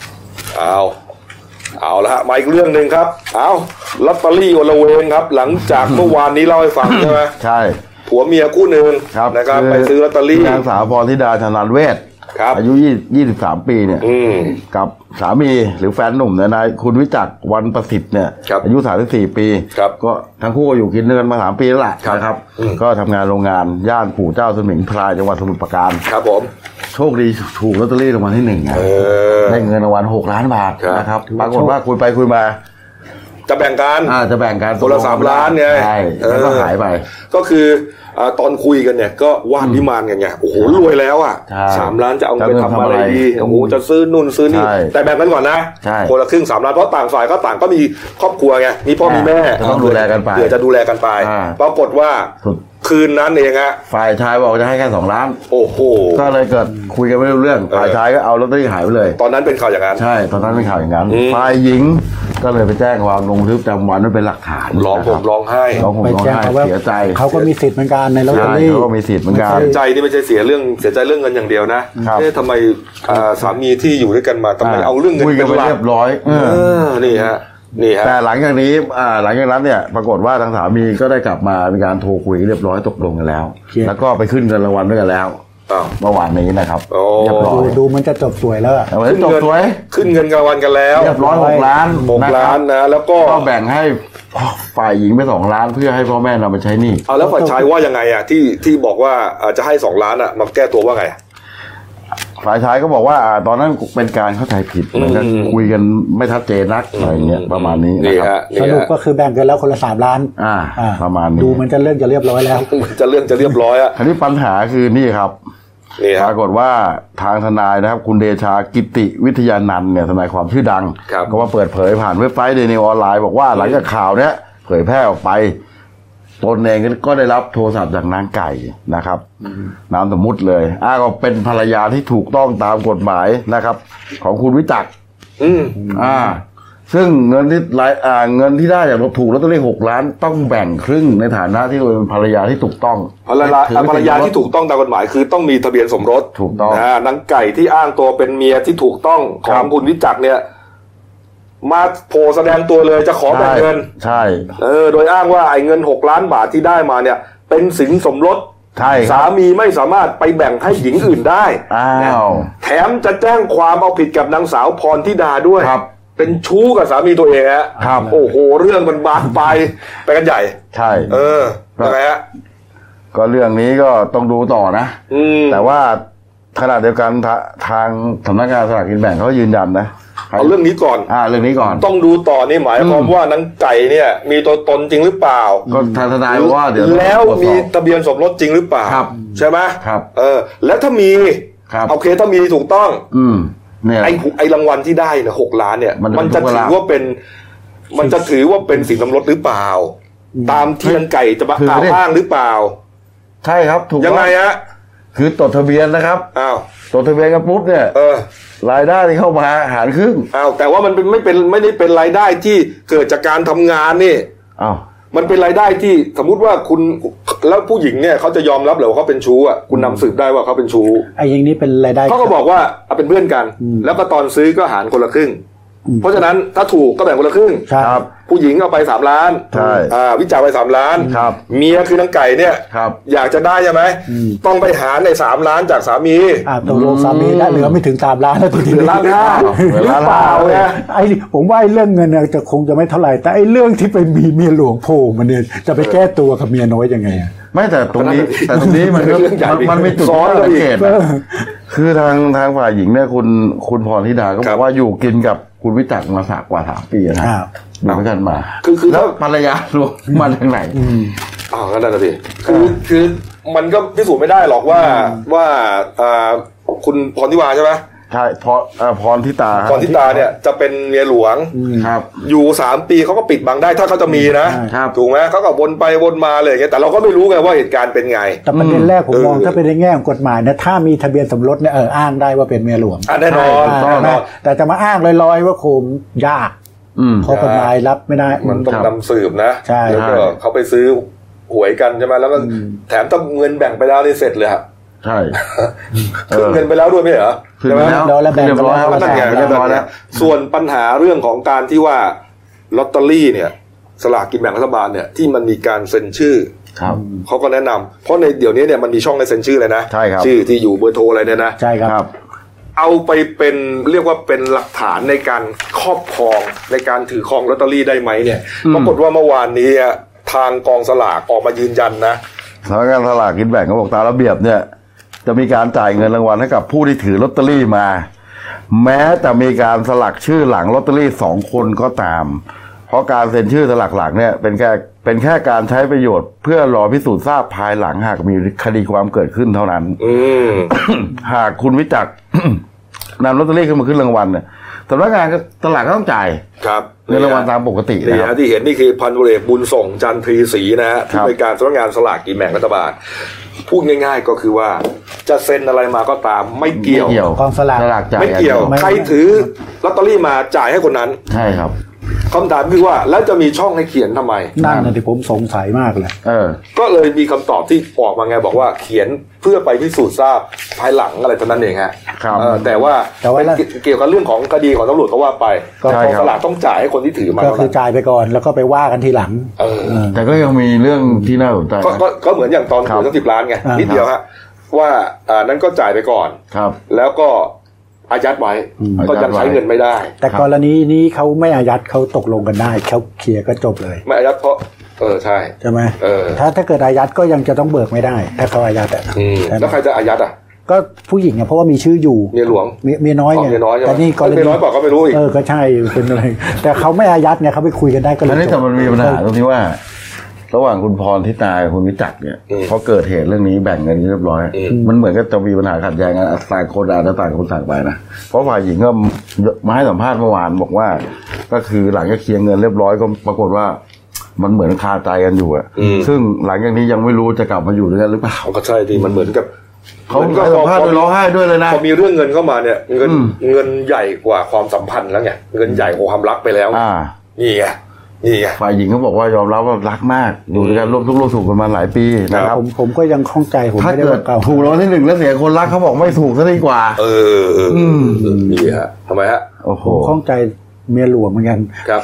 เอาละฮะมาอีกเรื่องนึงครับลอตเตอรี่อลเวงครับหลังจากเมื่อวานนี้เล่าให้ฟังใช่ไหมใช่ผัวเมียคู่หนึ่งนะครับไปซื้อลอตเตอรี่นางสาวพรธิดาธนานเวชอายุ23ปีเนี่ยกับสามีหรือแฟนหนุ่มนายคุณวิจักรวันประสิทธิ์เนี่ยอายุ34ปีก็ทั้งคู่ก็อยู่กินกันมา3ปีแล้วแหละนะครับก็ทำงานโรงงานย่านปู่เจ้าสมิงพรายจังหวัดสมุทรปราการครับผมโชคดีถูกลอตเตอรี่รางวัลที่1ได้เงินรางวัล6 ล้านบาทนะครับปรากฏว่าคุยไปคุยมาจะแบ่งกันคนละ3 ล้านไงแล้วก็หายไปก็คือตอนคุยกันเนี่ยก็วาดวิมานกันไงโอ้โหรวยแล้ว3 ล้านจะเอาไปทำอะไรดีโอ้โหจะซื้อนู่นซื้อนี่แต่แบ่งกันก่อนนะคนละครึ่ง3 ล้านเพราะต่างฝ่ายก็ต่างก็มีครอบครัวไงมีพ่อมีแม่ต้องดูแลกันไปเดี๋ยวจะดูแลกันไปปรากฏว่าคืนนั้นเองฝ่ายชายบอกจะให้แค่2 ล้านโอ้โหก็เลยเกิดคุยกันไม่รู้เรื่องฝ่ายชายก็เอาลอตเตอรี่หายไปเลยตอนนั้นเป็นข่าวอย่างนั้นใช่ตอนนั้นเป็นข่าวอย่างนั้นฝ่ายหญิงก็เลยไปแจ้งความลงบันทึกประจำวันไว้เป็นหลักฐานร้องไห้เสียใจเขาก็มีสิทธิ์เหมือนกันในลอตเตอรี่เขาก็มีสิทธิ์เหมือนกันเสียใจนี่ไม่ใช่เสียใจเรื่องเงินอย่างเดียวนะทำไมสามีที่อยู่ด้วยกันมาทำไมเอาเรื่องเงินเป็นหลักเรียบร้อยนี่ฮะแต่หลังจากนี้หลังจากนั้นเนี่ยปรากฏว่าทางสามีก็ได้กลับมามีการโทรคุยเรียบร้อยตกลงกันแล้วแล้วก็ไปขึ้นเงินรางวัลด้วยกันแล้วเมื่อวานนี้นะครับเรียบร้อยดูมันจะจบสวยแล้วขึ้นเงินรางวัลกันแล้วเรียบร้อย6 ล้านนะแล้วก็แบ่งให้ฝ่ายหญิงไป2 ล้านเพื่อให้พ่อแม่นำไปใช้หนี้แล้วฝ่ายชายว่ายังไงที่บอกว่าจะให้2 ล้านมาแก้ตัวว่าไงฝ่ายชายก็บอกว่าตอนนั้นเป็นการเข้าใจผิดเหมือนกันคุยกันไม่ชัดเจนนักอะไรเงี้ยประมาณนี้นะครับสรุปก็คือแบ่งกันแล้วคนละ3 ล้านประมาณนี้ดูมันจะเรียบร้อยแล้วมันจะเรียบร้อยคราวนี้ปัญหาคือนี่ครับปรากฏว่าทางทนายนะครับคุณเดชากิติวิทยานันท์เนี่ยทนายความชื่อดังก็มาเปิดเผยผ่านเว็บไซต์เดนิวออนไลน์บอกว่าหลังจากข่าวเนี้ยเผยแพร่ออกไปตนเองก็ได้รับโทรศัพท์จากนางไก่นะครับนามสมมุติเลยก็เป็นภรรยาที่ถูกต้องตามกฎหมายนะครับของคุณวิจักรซึ่งเงินที่ได้จากถูกลอตเตอรี่6 ล้านต้องแบ่งครึ่งในฐานะที่เป็นภรรยาที่ถูกต้องภรรยาที่ถูกต้องตามกฎหมายคือต้องมีทะเบียนสมรสถูกต้องนางไก่ที่อ้างตัวเป็นเมียที่ถูกต้องของคุณวิจักรเนี่ยมาโผล่แสดงตัวเลยจะขอแบ่งเงินใช่โดยอ้างว่าไอ้เงิน6 ล้านบาทที่ได้มาเนี่ยเป็นสินสมรสสามีไม่สามารถไปแบ่งให้หญิงอื่นได้แถมจะแจ้งความเอาผิดกับนางสาวพรธิดาด้วยเป็นชู้กับสามีตัวเองโอ้โหเรื่องมันบานไปกันใหญ่ใช่ยังไงก็เรื่องนี้ก็ต้องดูต่อนะแต่ว่าขณะเดียวกันทางสำนักงานสลากกินแบ่งเขายืนยันนะเอาเรื่องนี้ก่อนเรื่องนี้ก่อนต้องดูต่อนี่หมายความว่านางไก่เนี่ยมีตัวตนจริงหรือเปล่าก็ทางทนายว่าเดี๋ยวแล้วมีทะเบียนสมรสจริงหรือเปล่าใช่ไหมแล้วถ้ามีโอเคถ้ามีถูกต้องไอ้รางวัลที่ได้เนี่ย6 ล้านเนี่ยมันจะถือว่าเป็นสินสมรสหรือเปล่าตามที่นางไก่จะกล่าวอ้างหรือเปล่าใช่ครับถูกยังไงคือจดทะเบียนนะครับจดทะเบียนกันปุ๊บเนี่ยรายได้ที่เข้ามาหารครึ่งแต่ว่ามันไม่ได้เป็นรายได้ที่เกิดจากการทำงานนี่มันเป็นรายได้ที่สมมุติว่าคุณแล้วผู้หญิงเนี่ยเขาจะยอมรับเหรอว่าเขาเป็นชู้อ่ะคุณนำสืบได้ว่าเขาเป็นชู้ไอ้อย่างนี้เป็นรายได้เขาก็บอกว่าเป็นเพื่อนกันแล้วก็ตอนซื้อก็หารคนละครึ่งเพราะฉะนั้นถ้าถูกก็แบ่งคนละครึ่งครับผู้หญิงเอาไป3 ล้านใช่วิจารณ์ไป3 ล้านครับเมียคือนางไก่เนี่ยอยากจะได้ใช่ไหมต้องไปหารใน3 ล้านจากสามีตกลงสามีแล้วเหลือไม่ถึง3 ล้านแล้วทีนี้ล้านห้าหรือเปล่าเนี่ยไอ้ผมว่าเรื่องเงินเนี่ยจะคงจะไม่เท่าไหร่แต่ไอ้เรื่องที่ไปมีเมียหลวงโผล่มาเนี่ยจะไปแก้ตัวกับเมียน้อยยังไงไม่แต่ตรงนี้มันก็มันไม่จุดสังเกตคือทางฝ่ายหญิงเนี่ยคุณพรธิดาก็บอกว่าอยู่กินกับคุณวิจักรมากว่า3 ปีนะเหมือนกันมาคือแล้วภรรยาลวงมาทางไหนก็นั่นแหละสิคือมันก็พิสูจน์ไม่ได้หรอกว่าคุณพรธิวาใช่ไหมใช่พรธิตาเนี่ยจะเป็นเมียหลวงครับอยู่3 ปีเขาก็ปิดบังได้ถ้าเขาจะมีนะถูกไหมเขาก็วนไปวนมาเลยแต่เราก็ไม่รู้ไงว่าเหตุการณ์เป็นไงแต่ประเด็นแรกผมมองถ้าเป็นในแง่ของกฎหมายนะถ้ามีทะเบียนสมรสเนี่ยอ้างได้ว่าเป็นเมียหลวงแน่นอนแต่จะมาอ้างลอยๆว่าโคมยากเพราะกฎหมายรับไม่ได้มันต้องนำสืบนะแล้วก็เขาไปซื้อหวยกันใช่ไหมแล้วก็แถมต้องเงินแบ่งไปแล้วนี่เสร็จเลยฮะใช่คืนเงินไปแล้วด้วยไม่เหรอใช่ไหมแล้วแบ่งไปแล้วนั่นไงส่วนปัญหาเรื่องของการที่ว่าลอตเตอรี่เนี่ยสลากกินแบ่งรัฐบาลเนี่ยที่มันมีการเซ็นชื่อเขาก็แนะนำเพราะในเดี๋ยวนี้เนี่ยมันมีช่องให้เซ็นชื่อเลยนะชื่อที่อยู่เบอร์โทรอะไรเนี่ยนะใช่ครับเอาไปเป็นเรียกว่าเป็นหลักฐานในการครอบครองในการถือครองลอตเตอรี่ได้ไหมเนี่ยปรากฏว่าเมื่อวานนี้ทางกองสลากออกมายืนยันนะสำนักงานสลากกินแบ่งเขาบอกตามระเบียบเนี่ยจะมีการจ่ายเงินรางวัลให้กับผู้ที่ถือลอตเตอรี่มาแม้จะมีการสลักชื่อหลังลอตเตอรี่2 คนก็ตามเพราะการเซ็นชื่อสลักหลังเนี่ยเป็นแค่การใช้ประโยชน์เพื่อรอพิสูจน์ทราบภายหลังหากมีคดีความเกิดขึ้นเท่านั้นหากคุณวิจักรนำลอตเตอรี่ขึ้นมาขึ้นรางวัลเนี่ยสำนักงานสลากก็ต้องจ่ายครับเงินรางวัลตามปกตินะครับที่เห็นนี่คือพันตำรวจเอกบุญส่งจันทรีศรีนะฮะผู้ในการสำนักงานสลากกินแบ่งรัฐบาลพูดง่ายๆก็คือว่าจะเซ็นอะไรมาก็ตามไม่เกี่ยวกองสลากไม่เกี่ยวใครถือลอตเตอรี่มาจ่ายให้คนนั้นใช่ครับคำถามคือว่าแล้วจะมีช่องให้เขียนทำไมนั่นนะที่ผมสงสัยมากเลยก็เลยมีคำตอบที่ออกมาไงบอกว่าเขียนเพื่อไปพิสูจน์ทราบภายหลังอะไรเท่านั้นเองฮะแต่ว่าเกี่ยวกับเรื่องของคดีของตำรวจก็ว่าไปกองสลากต้องจ่ายให้คนที่ถือมาก็คือจ่ายไปก่อนแล้วก็ไปว่ากันทีหลังแต่ก็ยังมีเรื่องที่น่าสนใจก็เหมือนอย่างตอนถูกตั้ง10 ล้านไงนิดเดียวฮะว่านั้นก็จ่ายไปก่อนแล้วก็อายัดไว้ก็ยังใช้เงินไม่ได้แต่กรณีนี้เขาไม่อายัดเขาตกลงกันได้เขาเคลียร์ก็จบเลยไม่อายัดเพราะใช่ไหมถ้าเกิดอายัดก็ยังจะต้องเบิกไม่ได้ถ้าเขาอายัดแล้วใครจะอายัดก็ผู้หญิงเพราะว่ามีชื่ออยู่เมียหลวงเมียน้อยไงแต่นี่กรณีเมียน้อยบอกก็ไม่รู้อีกก็ใช่เป็นอะไรแต่เขาไม่อายัดเนี่ยเขาไปคุยกันได้ก็เลยแต่มันมีปัญหาตรงที่ว่าระหว่างคุณพรธิตากับคุณวิจักรเนี่ยพอเกิดเหตุเรื่องนี้แบ่งเงินเรียบร้อยมันเหมือนกับจะมีปัญหาขัดแย้งกันต่างคนต่างคนต่างไปนะเพราะฝ่ายหญิงก็มาให้สัมภาษณ์เมื่อวานบอกว่าก็คือหลังจากเคลียร์เงินเรียบร้อยก็ปรากฏว่ามันเหมือนคาใจกันอยู่อะซึ่งหลังจากนี้ยังไม่รู้จะกลับมาอยู่ด้วยกันหรือเปล่าก็ใช่ที่มันเหมือนกับเขาให้สัมภาษณ์ด้วยร้องไห้ด้วยเลยนะพอมีเรื่องเงินเข้ามาเนี่ยเงินใหญ่กว่าความสัมพันธ์แล้วไงเงินใหญ่กว่าความรักไปแล้วนี่ไงฝ่ายหญิงเขาบอกว่ายอมรับว่ารักมากอยู่ด้วยกันร่วมทุกข์ร่วมสุขกันมาหลายปีนะครับผมก็ยังข้องใจผมไม่ได้ว่าเก่าถูกรางวัลที่1แล้วเสียคนรักเขาบอกไม่ถูกซะดีกว่านี่ฮะทำไมฮะผมข้องใจเมียหลวงเหมือนกัน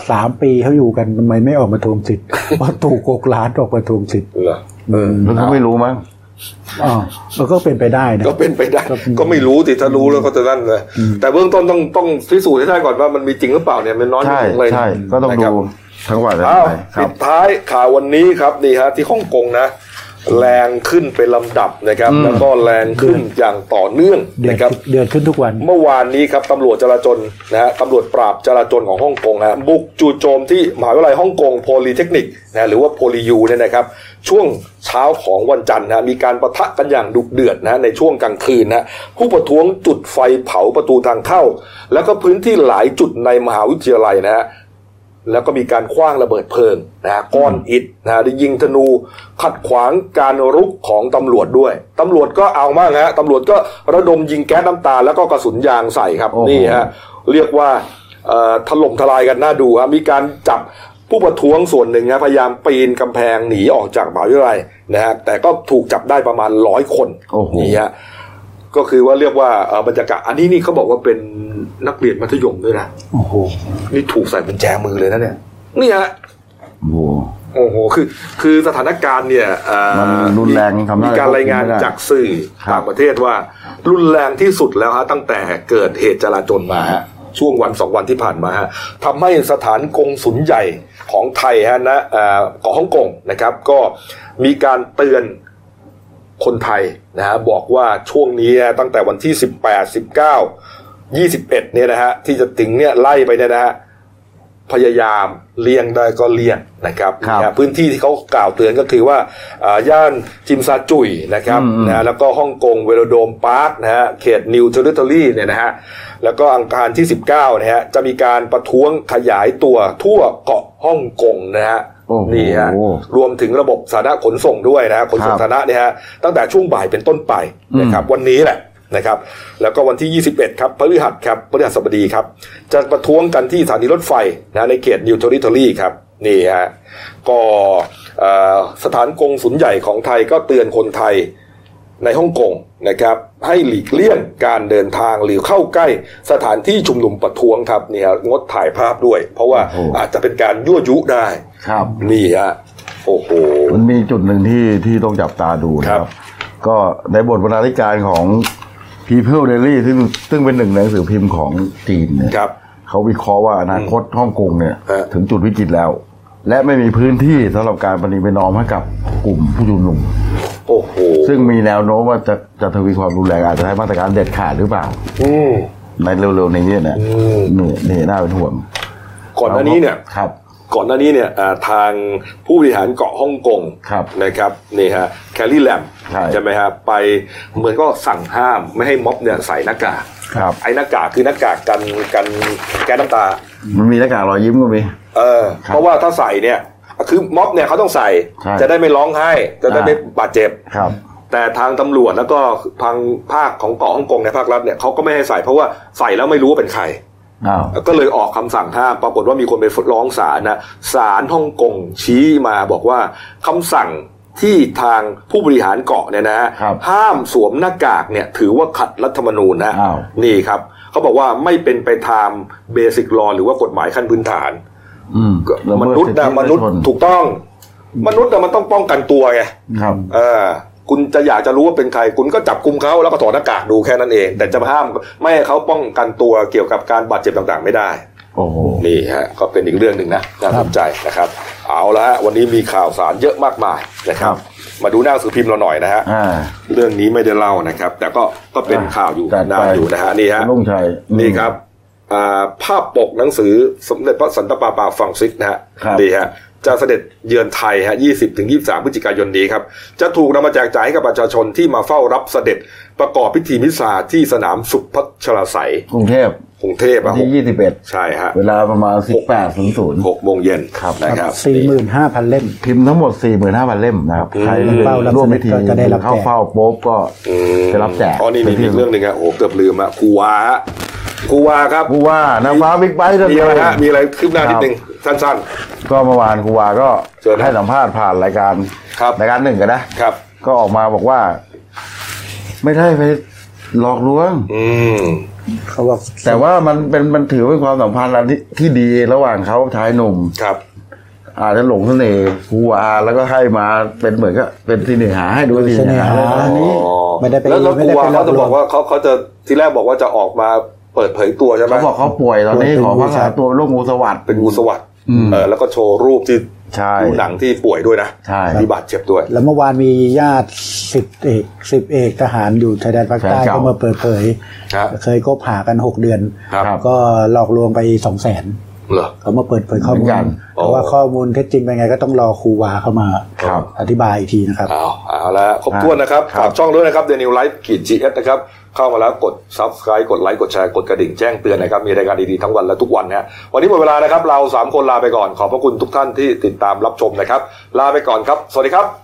3 ปีเขาอยู่กันทำไมไม่ออกมาทวงสิทธิ์เพราะถูก6 ล้านออกมาทวงสิทธิ์แล้วเขาไม่รู้มั้งก็เป็นไปได้นะก็เป็นไปได้ก็ไม่รู้ติถ้ารู้แล้วก็จะนั่นเลยแต่เบื้องต้นต้องพิสูจน์ให้ได้ก่อนว่ามันมีจริงหรือเปล่าเนี่ยมันน้อยใช่ก็ต้องดูทั้งวันเลยปิดท้ายข่าววันนี้ครับนี่ฮะที่ฮ่องกงนะแรงขึ้นเป็นลำดับนะครับแล้วก็แรงขึ้นอย่างต่อเนื่องนะครับเดือดขึ้นทุกวันเมื่อวานนี้ครับตำรวจจราจรนะฮะตำรวจปราบจราจรของฮ่องกงฮะบุกจู่โจมที่มหาวิทยาลัยฮ่องกงโพลีเทคนิคนะหรือว่าโพลียูเนี่ยนะครับช่วงเช้าของวันจันทร์นะมีการปะทะกันอย่างดุเดือดนะในช่วงกลางคืนนะผู้ประท้วงจุดไฟเผาประตูทางเข้าแล้วก็พื้นที่หลายจุดในมหาวิทยาลัยนะฮะแล้วก็มีการขว้างระเบิดเพลิงนะก้อนอิฐนะได้ยิงธนูขัดขวางการรุกของตำรวจด้วยตำรวจก็เอามากฮะตำรวจก็ระดมยิงแก๊สน้ำตาแล้วก็กระสุนยางใส่ครับนี่ฮะเรียกว่าถล่มทลายกันน่าดูฮะมีการจับผู้ประท้วงส่วนหนึ่งนะพยายามปีนกำแพงหนีออกจากมหาวิทยาลัยนะฮะแต่ก็ถูกจับได้ประมาณ100 คนนี่ฮะก็คือว่าเรียกว่าบรรยากาศอันนี้นี่เขาบอกว่าเป็นนักเรียนมัธยมด้วยนะโอ้โหนี่ถูกใส่กุญแจมือเลยนะเนี่ยนี่ฮะโอ้โหคือสถานการณ์เนี่ยมันรุนแรงมีการรายงานจากสื่อต่างประเทศว่ารุนแรงที่สุดแล้วฮะตั้งแต่เกิดเหตุจลาจลมาฮะช่วงวัน2 วันที่ผ่านมาฮะทำให้สถานกงสุลใหญ่ของไทยฮะนะเกาะฮ่องกงนะครับก็มีการเตือนคนไทยนะฮะบอกว่าช่วงนี้ตั้งแต่วันที่18 19 21เนี่ยนะฮะที่จะถึงเนี่ยไล่ไปเนี่ยนะฮะพยายามเลี่ยงได้ก็เลี่ยงนะครับพื้นที่ที่เขากล่าวเตือนก็คือว่าย่านจิมซาจุยนะครับนะแล้วก็ฮ่องกงเวโรโดมพาร์คนะฮะเขตนิวเทอริทอรี่เนี่ยนะฮะแล้วก็อังคารที่19นะฮะจะมีการประท้วงขยายตัวทั่วเกาะฮ่องกงนะฮะนี่ฮะรวมถึงระบบสาธารณขนส่งด้วยนะขนส่งสาธารณะเนี่ยฮะตั้งแต่ช่วงบ่ายเป็นต้นไปนะครับวันนี้แหละนะครับแล้วก็วันที่21ครับพฤหัสบดีครับจะประท้วงกันที่สถานีรถไฟนะในเขตนิวเทอริทอรี่ครับนี่ฮะก็สถานกงสุลใหญ่ของไทยก็เตือนคนไทยในฮ่องกงนะครับให้หลีกเลี่ยงการเดินทางหรือเข้าใกล้สถานที่ชุมนุมประท้วงครับเนี่ยงดถ่ายภาพด้วยเพราะว่าอาจจะเป็นการยั่วยุได้ครับนี่ฮะโอ้โหมันมีจุดหนึ่งที่ต้องจับตาดูนะครับก็ในบทบรรณาธิการของ People Daily ซึ่งเป็นหนึ่งในหนังสือพิมพ์ของจีนเนี่ยเขาวิเคราะห์ว่าอนาคตฮ่องกงเนี่ยถึงจุดวิกฤตแล้วและไม่มีพื้นที่สำหรับการประนีประนอมให้กับกลุ่มผู้ชุมนุมโอ้โหซึ่งมีแนวโน้มว่าจะทวีความรุนแรงอาจจะใช้มาตรการเด็ดขาดหรือเปล่าในเร็วๆนี้เนี่ยนี่น่าเป็นห่วงก่อนหน้านี้เนี่ยก่อนหน้านี้เนี่ยทางผู้บริหารเกาะฮ่องกงนะครับนี่ฮะแคลรี่แลมใช่ไหมฮะไปเหมือนก็สั่งห้ามไม่ให้ม็อบเนี่ยใส่หน้ากากไอ้หน้ากากคือหน้ากากกันแก๊สน้ำตามันมีหน้ากากรอยยิ้มก็มีเพราะว่าถ้าใส่เนี่ยคือม็อบเนี่ยเขาต้องใส่จะได้ไม่ร้องไห้จะได้ไม่บาดเจ็บแต่ทางตำรวจแล้วก็ทางภาคของเกาะฮ่องกงในภาครัฐเนี่ยเขาก็ไม่ให้ใส่เพราะว่าใส่แล้วไม่รู้ว่าเป็นใครก็เลยออกคำสั่งห้ามปรากฏว่ามีคนไปร้องศาลนะศาลฮ่องกงชี้มาบอกว่าคำสั่งที่ทางผู้บริหารเกาะเนี่ยนะห้ามสวมหน้ากากเนี่ยถือว่าขัดรัฐธรรมนูญนะนี่ครับเขาบอกว่าไม่เป็นไปตามเบสิกลอหรือว่ากฎหมายขั้นพื้นฐานมนุษย์ถูกต้องมนุษย์มันต้องป้องกันตัวไงคุณจะอยากจะรู้ว่าเป็นใครคุณก็จับกุมเขาแล้วก็ถอดหน้ากากดูแค่นั้นเองแต่จะห้ามไม่ให้เขาป้องกันตัวเกี่ยวกับการบาดเจ็บต่างๆไม่ได้นี่ฮะก็เป็นอีกเรื่องหนึ่งนะน่าสนใจนะครับเอาละฮะวันนี้มีข่าวสารเยอะมากมายนะครับมาดูหน้าหนังสือพิมพ์เราหน่อยนะฮะเรื่องนี้ไม่ได้เล่านะครับแต่ก็เป็นข่าวอยู่นานอยู่นะฮะนี่ฮะนี่ครับภาพปกหนังสือสมเด็จพระสันตะปาปาฟรังซิสนะฮะดีฮะจะเสด็จเยือนไทยฮะ 20-23 พฤศจิกายนนี้ครับจะถูกนำมาแจกจ่ายให้กับประชาชนที่มาเฝ้ารับเสด็จประกอบพิธีมิสซาที่สนามสุพัชรไสยกรุงเทพที่21ใช่ฮะเวลาประมาณ 18:00 6 โมงเย็นนะครับ 45,000 เล่มพิมพ์ทั้งหมด 45,000 เล่มนะครับใครร่วมพิธีจะได้รับเข้าเฝ้าโป๊บก็จะรับแจกนี่มีเรื่องนึงอ่ะโอ้เกือบลืมอ่ะครูวาครับครูวานางฟ้าบิ๊กไบค์มีอะไรคืบหน้านิดนึงสั้นๆก็เมื่อวานครูวาก็ให้สัมภาษณ์ผ่านรายการหนึ่งกันนะครับก็ออกมาบอกว่าไม่ได้ไปหลอกลวงเขาบอกแต่ว่ามันถือเป็นความสัมพันธ์ที่ดีระหว่างเขาชายหนุ่มครับอาจจะหลงเสน่ห์ครูวาแล้วก็ให้มาเป็นเหมือนก็เป็นที่หนึ่งหาให้ดูที่หนึ่งหานี้ไม่ได้ไปแล้วครูวาเขาจะบอกว่าเขาจะทีแรกบอกว่าจะออกมาเปิดเผยตัวใช่ไหมเขาบอกเขาป่วยตอนนี้ขอรักษาตัวโรคงูสวัสด์เป็นงูสวัสด์แล้วก็โชว์รูปที่ดูหนังที่ป่วยด้วยนะที่บาดเจ็บด้วยแล้วเมื่อวานมีญาติ10 เอกทหารอยู่ชายแดนภาคใต้ก็มาเปิดเผยเคยคบหากัน6 เดือนก็หลอกลวงไป 200,000 เขามาเปิดเผยข้อมูลเพราะว่าข้อมูลเท็จจริงเป็นไงก็ต้องรอครูวาเข้ามาอธิบายอีกทีนะครับเอาละครบถ้วนนะครับฝากช่องด้วยนะครับ The New Life GS นะครับเข้ามาแล้วกด Subscribe กดไลค์กดแชร์กดกระดิ่งแจ้งเตือนนะครับมีรายการดีๆทั้งวันและทุกวันนะวันนี้หมดเวลานะครับเรา3คนลาไปก่อนขอบพระคุณทุกท่านที่ติดตามรับชมนะครับลาไปก่อนครับสวัสดีครับ